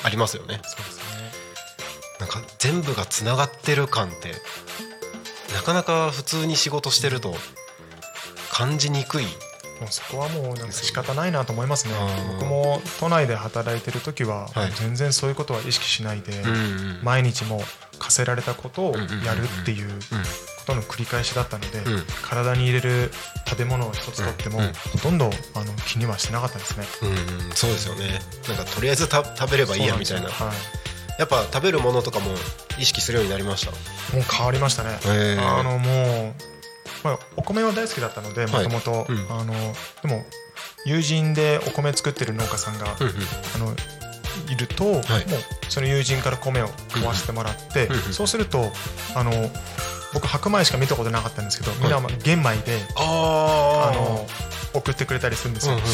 ありますよね。 そうですね。 なんか全部がつながってる感ってなかなか普通に仕事してると感じにくい。 もうそこはもうなんか仕方ないなと思いますね。僕も都内で働いてる時は全然そういうことは意識しないで、はい、毎日も課せられたことをやるっていうことの繰り返しだったので、うん、体に入れる食べ物を一つとっても、うんうん、ほとんどあの気にはしてなかったですね。 うんうん、そうですよね。なんかとりあえずた食べればいいやみたいな。はい、やっぱ食べるものとかも意識するようになりました？ もう変わりましたね。あのもうまあ、お米は大好きだったのでもともとでも友人でお米作ってる農家さんが、うんうん、あのいると、はい、もうその友人から米を買わせてもらって、うんうん、そうするとあの僕白米しか見たことなかったんですけど、みんな玄米で、ああの送ってくれたりするんですよ、うんうんうん、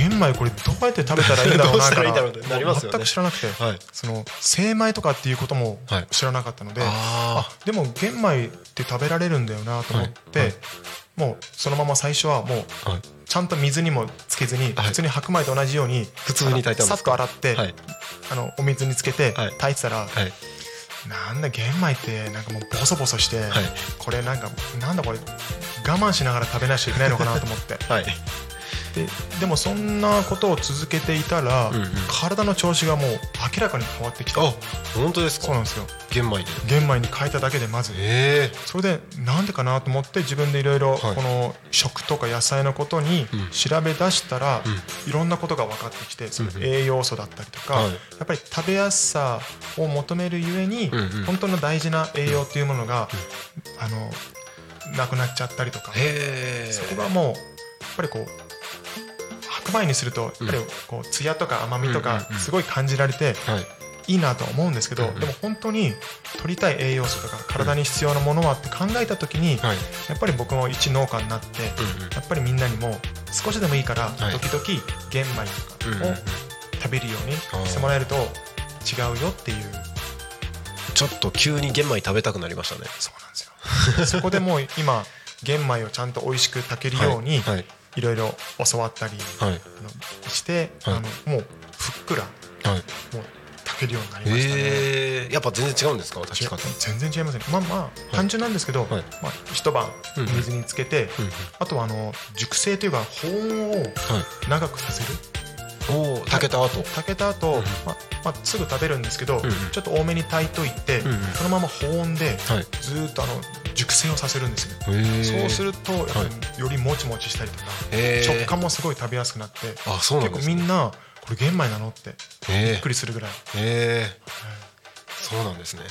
玄米これどうやって食べたらいいんだろうなから全く知らなくて、はい、その精米とかっていうことも知らなかったので、はい、あでも玄米って食べられるんだよなと思って、はいはい、もうそのまま最初はもうちゃんと水にもつけずに普通に白米と同じように普通に炊いたんですか？ さっと洗って、はい、あのお水につけて炊いてたら、はいはい、なんだ玄米ってなんかもうボソボソして、はい、これなんかなんだこれ我慢しながら食べなきゃいけないのかなと思って、はい、で, でもそんなことを続けていたら、うんうん、体の調子がもう明らかに変わってきて。あ、 本当ですか？ そうなんですよ。 玄米で玄米に変えただけでまず、えー、それでなんでかなと思って自分でいろいろこの食とか野菜のことに調べ出したら、うん、いろんなことが分かってきて、その栄養素だったりとか、うん、やっぱり食べやすさを求めるゆえに、うんうん、本当の大事な栄養っていうものが、うん、あのなくなっちゃったりとか、そこがもうやっぱりこう白米にするとやっぱりこう艶とか甘みとかすごい感じられていいなと思うんですけど、でも本当に取りたい栄養素とか体に必要なものはって考えた時に、やっぱり僕も一農家になってやっぱりみんなにも少しでもいいから時々玄米とかを食べるようにしてもらえると違うよっていう。 ちょっと急に玄米食べたくなりましたね。 そうなんですよ。そこでもう今玄米をちゃんと美味しく炊けるようにいろいろ教わったりして、はいはい、あのもうふっくら、はい、もう炊けるようになりましたね。 えー、やっぱ全然違うんですか？炊き方全然違いますね。まあまあ、はい、単純なんですけど、はい、まあ、一晩水につけて、うんうん、あとはあの熟成というか保温を長くさせる、 はい、お炊けた後炊けた後、うん、まあまあ、すぐ食べるんですけど、うんうん、ちょっと多めに炊いといて、うんうん、そのまま保温でずっとあの熟成をさせるんですよ。そうするとやっぱりよりもちもちしたりとか、食感もすごい食べやすくなって、 あ、そうなんですね、 結構みんなこれ玄米なのってびっくりするぐらい。 へー、そうなんですね。いや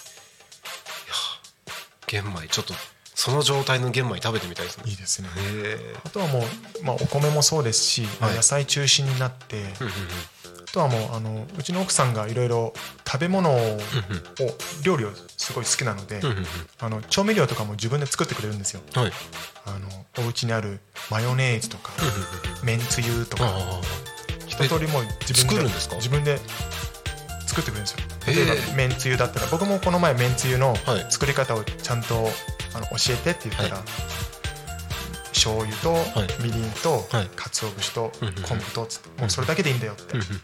玄米ちょっとその状態の玄米食べてみたいですね。 いいですね。あとはもう、まあ、お米もそうですし、はい、野菜中心になって、うんうんうん、あとはもうあのうちの奥さんがいろいろ食べ物を、うんうん、料理をすごい好きなので、うんうんうん、あの調味料とかも自分で作ってくれるんですよ、はい、あのお家にあるマヨネーズとか、うんうんうん、めんつゆとか一通りもう自分で自分で作ってくれるんですよ。例えばめんつゆだったら僕もこの前めんつゆの作り方をちゃんとあの教えてって言ったら、はい、醤油とみりんと鰹節と昆布とつってもうそれだけでいいんだよって、うんうんうん、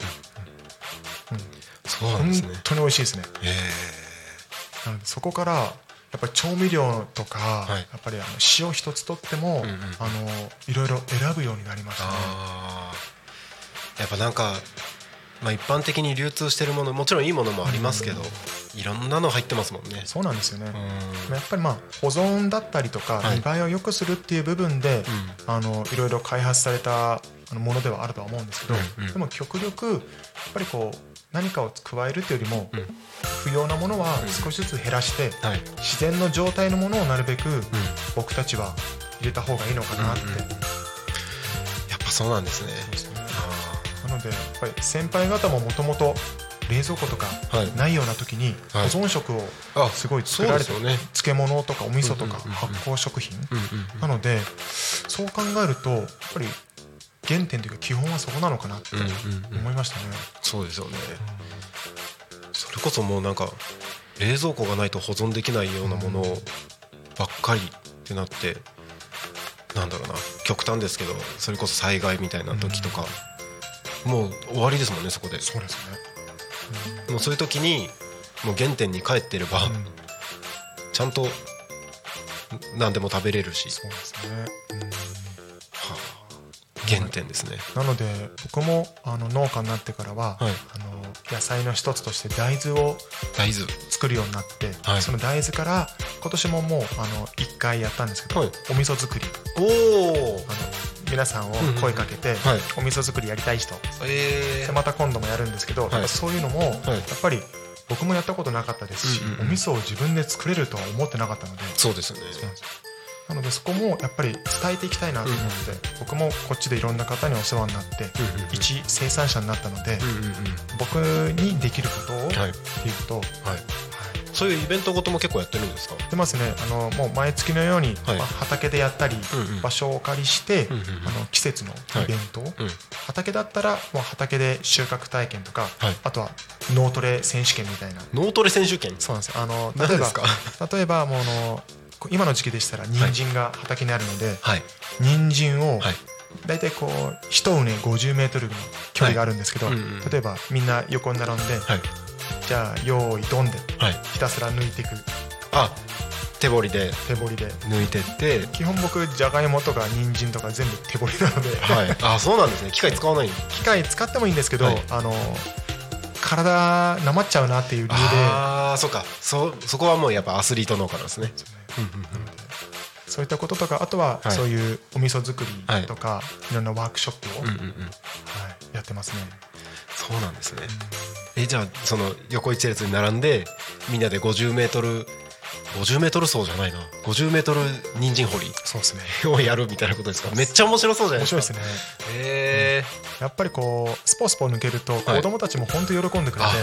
そうなんですね。 本当に美味しいですね。なのでそこからやっぱり調味料とか、はい、やっぱりあの塩一つとっても、うんうん、あのいろいろ選ぶようになりましたね。 あ、やっぱなんか、まあ、一般的に流通してるものもちろんいいものもありますけど、うん、いろんなの入ってますもんね。 そうなんですよね。やっぱりまあ保存だったりとか、はい、見栄えを良くするっていう部分で、うん、あのいろいろ開発されたものではあるとは思うんですけど、うんうん、でも極力やっぱりこう何かを加えるっていうよりも、うん、不要なものは少しずつ減らして、うん、はい、自然の状態のものをなるべく、うん、僕たちは入れた方がいいのかなって、うんうん、やっぱそうなんですね。 そうですね。なのでやっぱり先輩方ももともと冷蔵庫とかないような時に保存食をすごい作られて、漬物とかお味噌とか発酵食品なので、そう考えるとやっぱり原点というか基本はそこなのかなって思いましたね。 そうですよね。それこそもうなんか冷蔵庫がないと保存できないようなものばっかりってなって、なんだろうな、極端ですけどそれこそ災害みたいな時とかもう終わりですもんね、そこで。 そうですね。 でもそういう時にもう原点に帰ってれば、うん、ちゃんと何でも食べれるし。 そうですね、うん、はあ、原点ですね。 なので僕もあの農家になってからは、はい、あの野菜の一つとして大豆を大豆作るようになって、はい、その大豆から今年ももうあのいっかいやったんですけど、はい、お味噌作り、 おー、 あの皆さんを声かけて、うんうん、はい、お味噌作りやりたい人、えー、でまた今度もやるんですけど、はい、そういうのも、はい、やっぱり僕もやったことなかったですし、うんうんうん、お味噌を自分で作れるとは思ってなかったので。 そうですよね。 そうなんですよ。なのでそこもやっぱり伝えていきたいなと思って、うんうん、僕もこっちでいろんな方にお世話になって、うんうんうん、一生産者になったので、うんうんうん、僕にできることを、はい、っていうことを、はいはい、 そういうイベントごとも結構やってるんですか？やってますね。あのもう毎月のように、はい、まあ、畑でやったり、うんうん、場所をお借りして、うんうんうん、あの季節のイベントを、はい、うん、畑だったらもう畑で収穫体験とか、はい、あとは脳トレ選手権みたいな。 脳トレ選手権？ そうなんですよ。あの例えば例えばもうの今の時期でしたら人参が畑にあるので、はい、人参をだいたいこう一畝ごじゅうメートルの距離があるんですけど、はい、うんうん、例えばみんな横に並んで、はい、じゃあ用意ドンでひたすら抜いていく、はい、 あ、手掘りで手掘りで抜いてって、 基本僕じゃがいもとか人参とか全部手掘りなので、 はい、あ、そうなんですね。機械使わないん機械使ってもいいんですけど、はい、あの体なまっちゃうなっていう理由で。 ああ、そうか、 そ, そこはもうやっぱアスリート農家なんですね。 そういったこととか、あとはそういうお味噌作りとか、はい、いろんなワークショップを、うんうんうん、はい、やってますね。 そうなんですね、うん、えじゃあその横一列に並んでみんなでごじゅうメートルごじゅうメートル走じゃないなごじゅうメートル人参掘り、 そうですね、 をやるみたいなことですか？めっちゃ面白そうじゃないですか。 面白いですね。 へー、やっぱりこうスポスポ抜けると子供たちも本当喜んでくれて、はい、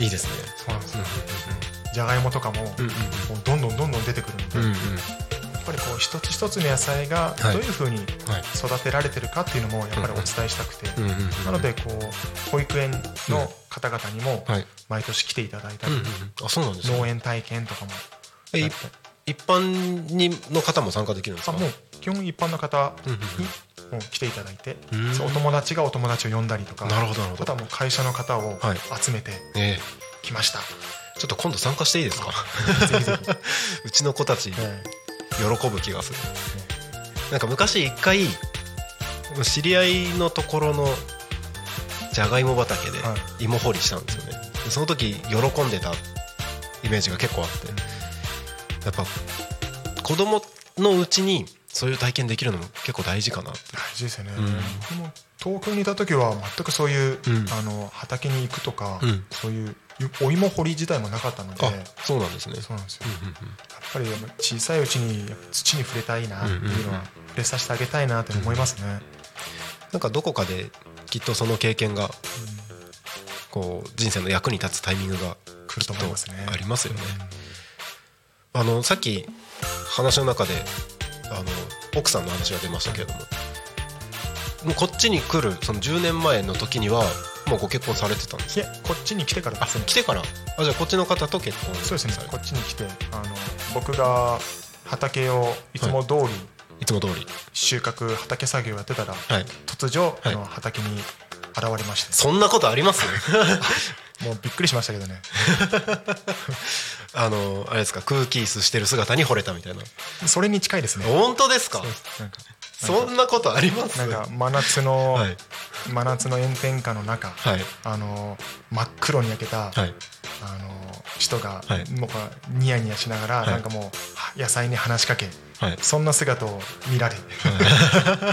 いいですね。 そうなんですよ、うん、じゃがいもとかも、うんうん、どんどんどんどん出てくるので、うんうん、やっぱりこう一つ一つの野菜がどういうふうに育てられてるかっていうのもやっぱりお伝えしたくて、なのでこう保育園の方々にも毎年来ていただいたり、農園体験とかもやって、 一般にの方も参加できるんですか？ あ、もう基本一般の方にもう来ていただいて、そうお友達がお友達を呼んだりとか、 なるほどなるほど、 あとはもう会社の方を集めて来ました、はい、 えー、ちょっと今度参加していいですか？ぜひぜひうちの子たち喜ぶ気がする、なんか昔一回知り合いのところのじゃがいも畑で芋掘りしたんですよね。でその時喜んでたイメージが結構あって、やっぱ子供のうちにそういう体験できるのも結構大事かなって。 大事ですよね、うん、僕も東京にいた時は全くそういう、うん、あの畑に行くとか、うん、そういうお芋掘り自体もなかったので。 あ、そうなんですね。 そうなんですよ、うんうんうん、やっぱり小さいうちに土に触れたいなっていうのは触れさせてあげたいなって思いますね、うんうんうん、 なんかどこかできっとその経験がこう人生の役に立つタイミングが来ると思いますね。 ありますよね、うん、あのさっき話の中であの奥さんの話が出ましたけれども、もうこっちに来るそのじゅうねんまえの時にはもうご結婚されてたんですか？ いや、こっちに来てからですね。 あ、来てから。あ、じゃあこっちの方と結婚。 そうですね、こっちに来て、あの僕が畑をいつも通り、はい、 いつも通り収穫畑作業やってたら、はい、突如、はい、あの畑に現れまして。 そんなことあります？ もうびっくりしましたけどね。 あのあれですか、空気椅子してる姿に惚れたみたいな。 それに近いですね。 本当ですか？ そうです。なんかそんなことあります？ なんか真夏の、はい、真夏の炎天下の中、はい、あの真っ黒に焼けた、はい、あの人が、はい、もうニヤニヤしながら、はい、なんかもう野菜に話しかけ、はい、そんな姿を見られ、はい、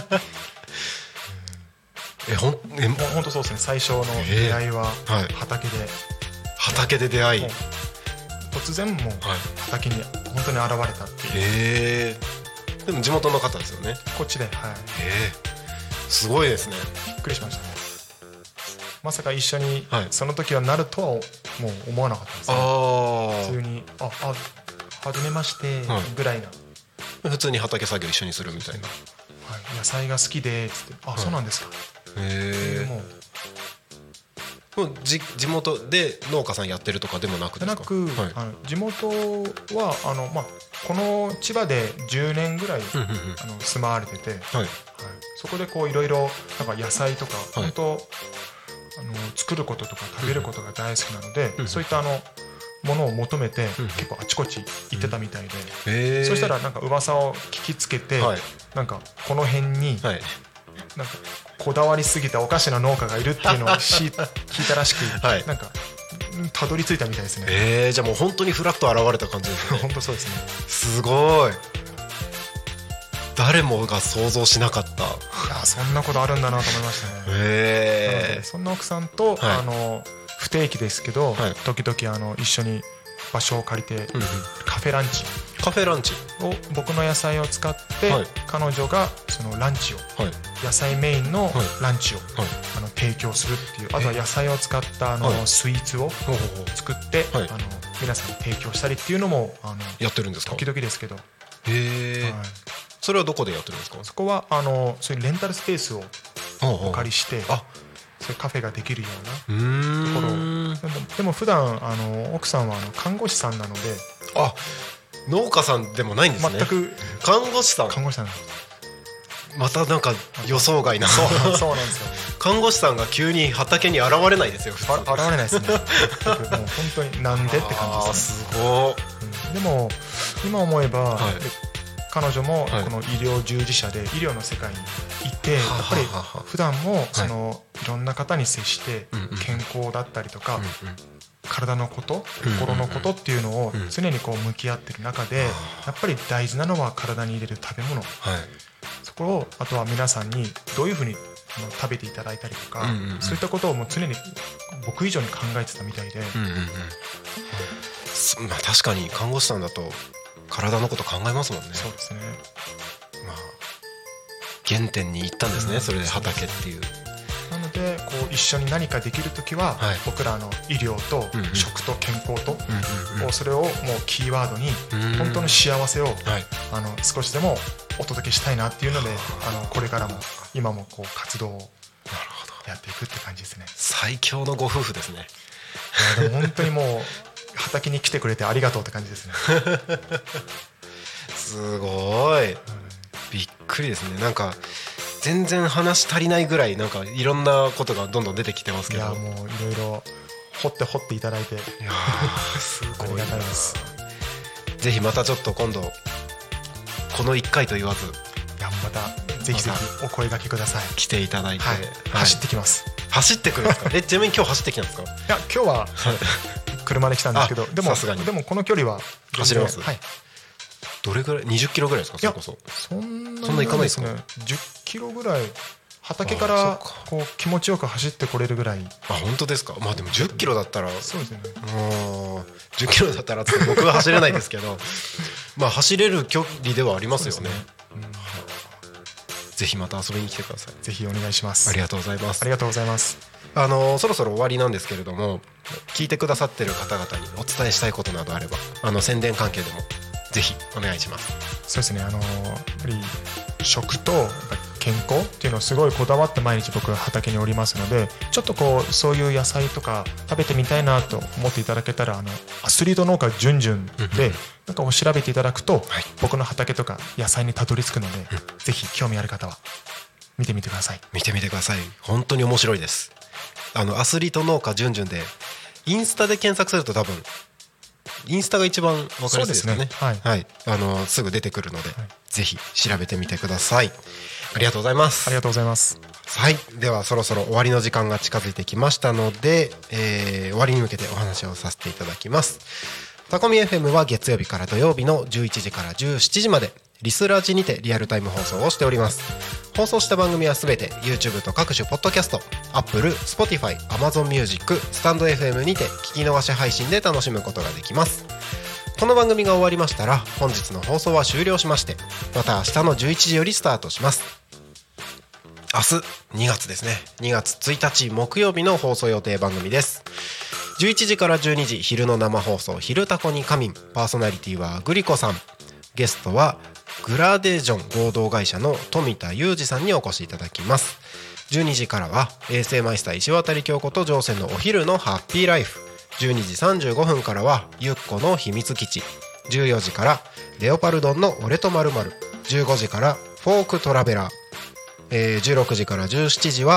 えほんえほんとそうですね。最初の出会いは畑で、 えーはい、畑で出会い、 突然もう畑に本当に現れたっていう。 へー、でも地元の方ですよね。 こっちで、はい。 えー、すごいですね。 びっくりしましたね。まさか一緒にその時はなるとはもう思わなかったですね。あ、普通にああ初めましてぐらいな、 はい、普通に畑作業一緒にするみたいな、 はい、野菜が好きでつって、あ、はい、そうなんですか。へえ。もうもうじ地元で農家さんやってるとかでもなくですか？ なく、はい、あの地元はあの、まあ、この千葉でじゅうねんぐらいあの住まわれてて、はいはい、そこでこういろいろなんか野菜とか、はい、本当あの作ることとか食べることが大好きなので、うん、そういったあのものを求めて、うん、結構あちこち行ってたみたいで、うん、そしたらなんか噂を聞きつけて、はい、なんかこの辺に、はい、なんかこだわりすぎたおかしな農家がいるっていうのを聞いたらしく、はい、なんかたどり着いたみたいですね。 えー、じゃあもう本当にフラッと現れた感じですね。 本当そうですね。 すごい。誰もが想像しなかった。いやそんなことあるんだなと思いましたね。 へー。 なのでそんな奥さんと、はい、あの不定期ですけど、はい、時々あの一緒に場所を借りて、うんうん、カフェランチカフェランチを僕の野菜を使って、はい、彼女がそのランチを、はい、野菜メインのランチを、はい、あの提供するっていう、あとは野菜を使ったあの、はい、スイーツを作って、はい、あの皆さんに提供したりっていうのもあのやってるんですか？ 時々ですけど。へー、はい、それはどこでやってるんですか？ そこはあのそういうレンタルスペースをお借りして、あそういうカフェができるようなところを。でも普段あの奥さんはあの看護師さんなので。 あ、農家さんでもないんですね。 全く看護師さん。 看護師さん。 またなんか予想外な。 そうそうなんですよ。 看護師さんが急に畑に現れないですよ。 現れないですね。もう本当になんでって感じですね。 すごい、 うん。でも今思えば、はい、彼女もこの医療従事者で医療の世界にいて、やっぱり普段もそのいろんな方に接して健康だったりとか体のこと心のことっていうのを常にこう向き合ってる中で、やっぱり大事なのは体に入れる食べ物、そこをあとは皆さんにどういうふうに食べていただいたりとか、そういったことをもう常に僕以上に考えてたみたいで、 まあ確かに看護師さんだと体のこと考えますもんね。 そうですね。 まあ原点に行ったんですね、うん、それで畑っていう。 なのでこう一緒に何かできるときは、はい、僕らの医療と食と健康と、うんうん、それをもうキーワードに本当の幸せを、はい、あの少しでもお届けしたいなっていうので、あのこれからも今もこう活動をやっていくって感じですね。 最強のご夫婦ですね。 いやでも本当にもう畑に来てくれてありがとうって感じですね。 すごい、うん、びっくりですね。なんか全然話足りないぐらいなんかいろんなことがどんどん出てきてますけど、 いやもういろいろ掘って掘っていただいて、いやすごいありがたいです。 ぜひまたちょっと今度このいっかいと言わず、いやまたぜひぜひお声掛けください。 来ていただいて、 はいはい、走ってきます。 走ってくるんですか？えちなみに今日走ってきたんですか？いや今日は車で来たんですけど、でもでもこの距離は走れます。 はい。 どれぐらい？にじゅっキロぐらいですか？それこそ。 そんなにいかないですね。じゅっキロぐらい畑からこう気持ちよく走ってこれるぐらい。 あ本当ですか？まあでもじゅっキロだったら、 そうですね。 もうじゅっキロだったらって僕は走れないですけど、まあ走れる距離ではありますよね。うん、ぜひまた遊びに来てください。 ぜひお願いします。 ありがとうございます。 ありがとうございます。 あのそろそろ終わりなんですけれども、聞いてくださってる方々にお伝えしたいことなどあれば、あの宣伝関係でもぜひお願いします。 そうですね、あのやっぱり食と健康っていうのをすごいこだわって毎日僕は畑におりますので、ちょっとこうそういう野菜とか食べてみたいなと思っていただけたら、あのアスリート農家じゅんじゅんでなんかを調べていただくと、はい、僕の畑とか野菜にたどり着くので、うん、ぜひ興味ある方は見てみてください。 見てみてください。本当に面白いです。あのアスリート農家じゅんじゅんでインスタで検索すると多分インスタが一番分かりやすいですかね。はい、はい、あのすぐ出てくるので、はい、ぜひ調べてみてください。ありがとうございます。 ありがとうございます。 はい、ではそろそろ終わりの時間が近づいてきましたので、えー、終わりに向けてお話をさせていただきます。タコミ エフエム は月曜日から土曜日のじゅういちじからじゅうしちじまでリスラジにてリアルタイム放送をしております。放送した番組はすべて YouTube と各種ポッドキャスト、Apple、Spotify、Amazon Music、スタンド エフエム にて聞き逃し配信で楽しむことができます。この番組が終わりましたら本日の放送は終了しまして、また明日のじゅういちじよりスタートします。明日にがつですね、にがつついたち木曜日の放送予定番組です。じゅういちじからじゅうにじ昼の生放送、昼タコに仮眠。パーソナリティはグリコさん、ゲストはグラデーション合同会社の富田裕二さんにお越しいただきます。じゅうにじからは衛生マイスター石渡京子と乗船のお昼のハッピーライフ。じゅうにじさんじゅうごふんからはゆっこの秘密基地。じゅうよじからレオパルドンの俺と〇〇。じゅうごじからフォークトラベラー、えー、じゅうろくじからじゅうしちじは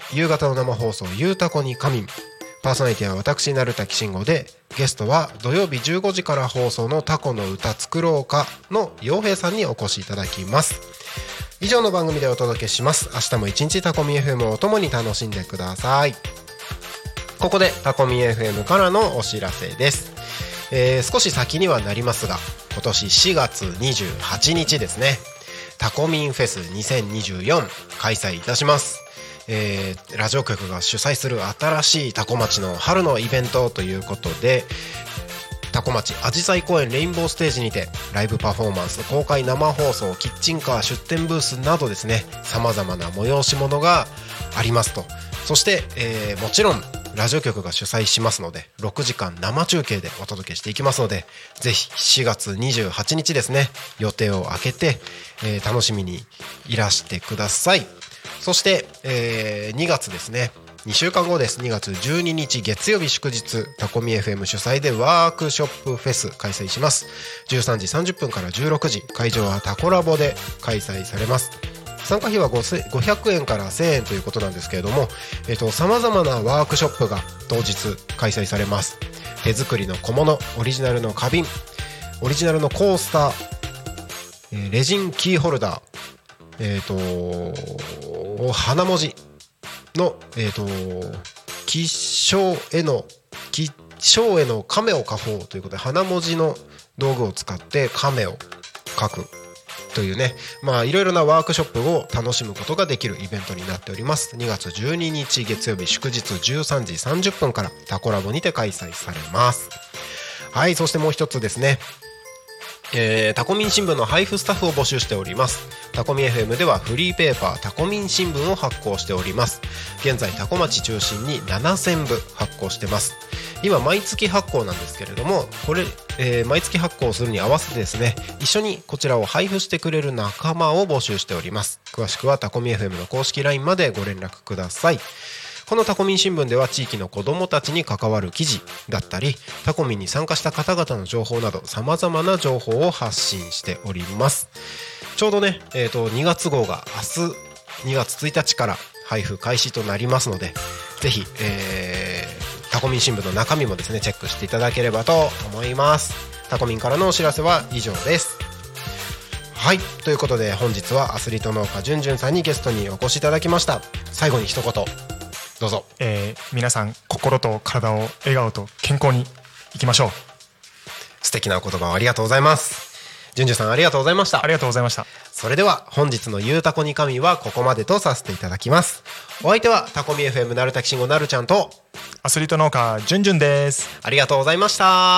夕方の生放送ゆうたこに仮眠。パーソナリティは私鳴滝慎吾で、ゲストは土曜日じゅうごじから放送のタコの歌作ろうかの陽平さんにお越しいただきます。以上の番組でお届けします。明日も一日タコミ エフエム をともに楽しんでください。ここでタコミ エフエム からのお知らせです。えー、少し先にはなりますが、今年しがつにじゅうはちにちですね、タコミンフェスにせんにじゅうよん開催いたします。えー、ラジオ局が主催する新しいタコ町の春のイベントということで、タコ町あじさい公園レインボーステージにてライブパフォーマンス、公開生放送、キッチンカー、出店ブースなどですね、さまざまな催し物がありますと。そして、えー、もちろんラジオ局が主催しますので、ろくじかん生中継でお届けしていきますので、ぜひしがつにじゅうはちにちですね、予定を空けて、えー、楽しみにいらしてください。そして、えー、にがつですね、にしゅうかんごです。にがつじゅうににち月曜日祝日、タコミ エフエム 主催でワークショップフェス開催します。じゅうさんじさんじゅっぷんからじゅうろくじ、会場はタコラボで開催されます。参加費はごひゃくえんからせんえんということなんですけれども、えっと、様々なワークショップが当日開催されます。手作りの小物、オリジナルの花瓶、オリジナルのコースター、えー、レジンキーホルダー、えっと、花文字の、えっと、吉祥への、吉祥への亀を描こうということで、花文字の道具を使って亀を描くというね、まあいろいろなワークショップを楽しむことができるイベントになっております。にがつじゅうににち月曜日祝日じゅうさんじさんじゅっぷんからタコラボにて開催されます。はい、そしてもう一つですね、えー、タコミン新聞の配布スタッフを募集しております。タコミ エフエム ではフリーペーパータコミン新聞を発行しております。現在タコ町中心にななせんぶ発行してます。今毎月発行なんですけれども、これ、えー、毎月発行するに合わせてですね、一緒にこちらを配布してくれる仲間を募集しております。詳しくはタコミ エフエム の公式 ライン までご連絡ください。このタコミン新聞では地域の子どもたちに関わる記事だったり、タコミンに参加した方々の情報などさまざまな情報を発信しております。ちょうどね、えーと、にがつ号が明日にがつついたちから配布開始となりますので、ぜひ、えー、タコミン新聞の中身もですねチェックしていただければと思います。タコミンからのお知らせは以上です。はい、ということで本日はアスリート農家じゅんじゅんさんにゲストにお越しいただきました。最後に一言どうぞ。 えー、皆さん心と体を笑顔と健康にいきましょう。 素敵なお言葉をありがとうございます。じゅんじゅんさんありがとうございました。 ありがとうございました。 それでは本日のゆうたこにかみはここまでとさせていただきます。お相手はタコミ エフエム なるたきしんごなるちゃんとアスリート農家じゅんじゅんです。 ありがとうございました。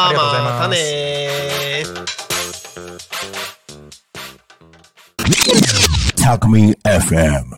ありがとうございます。 またね。 タコミ エフエム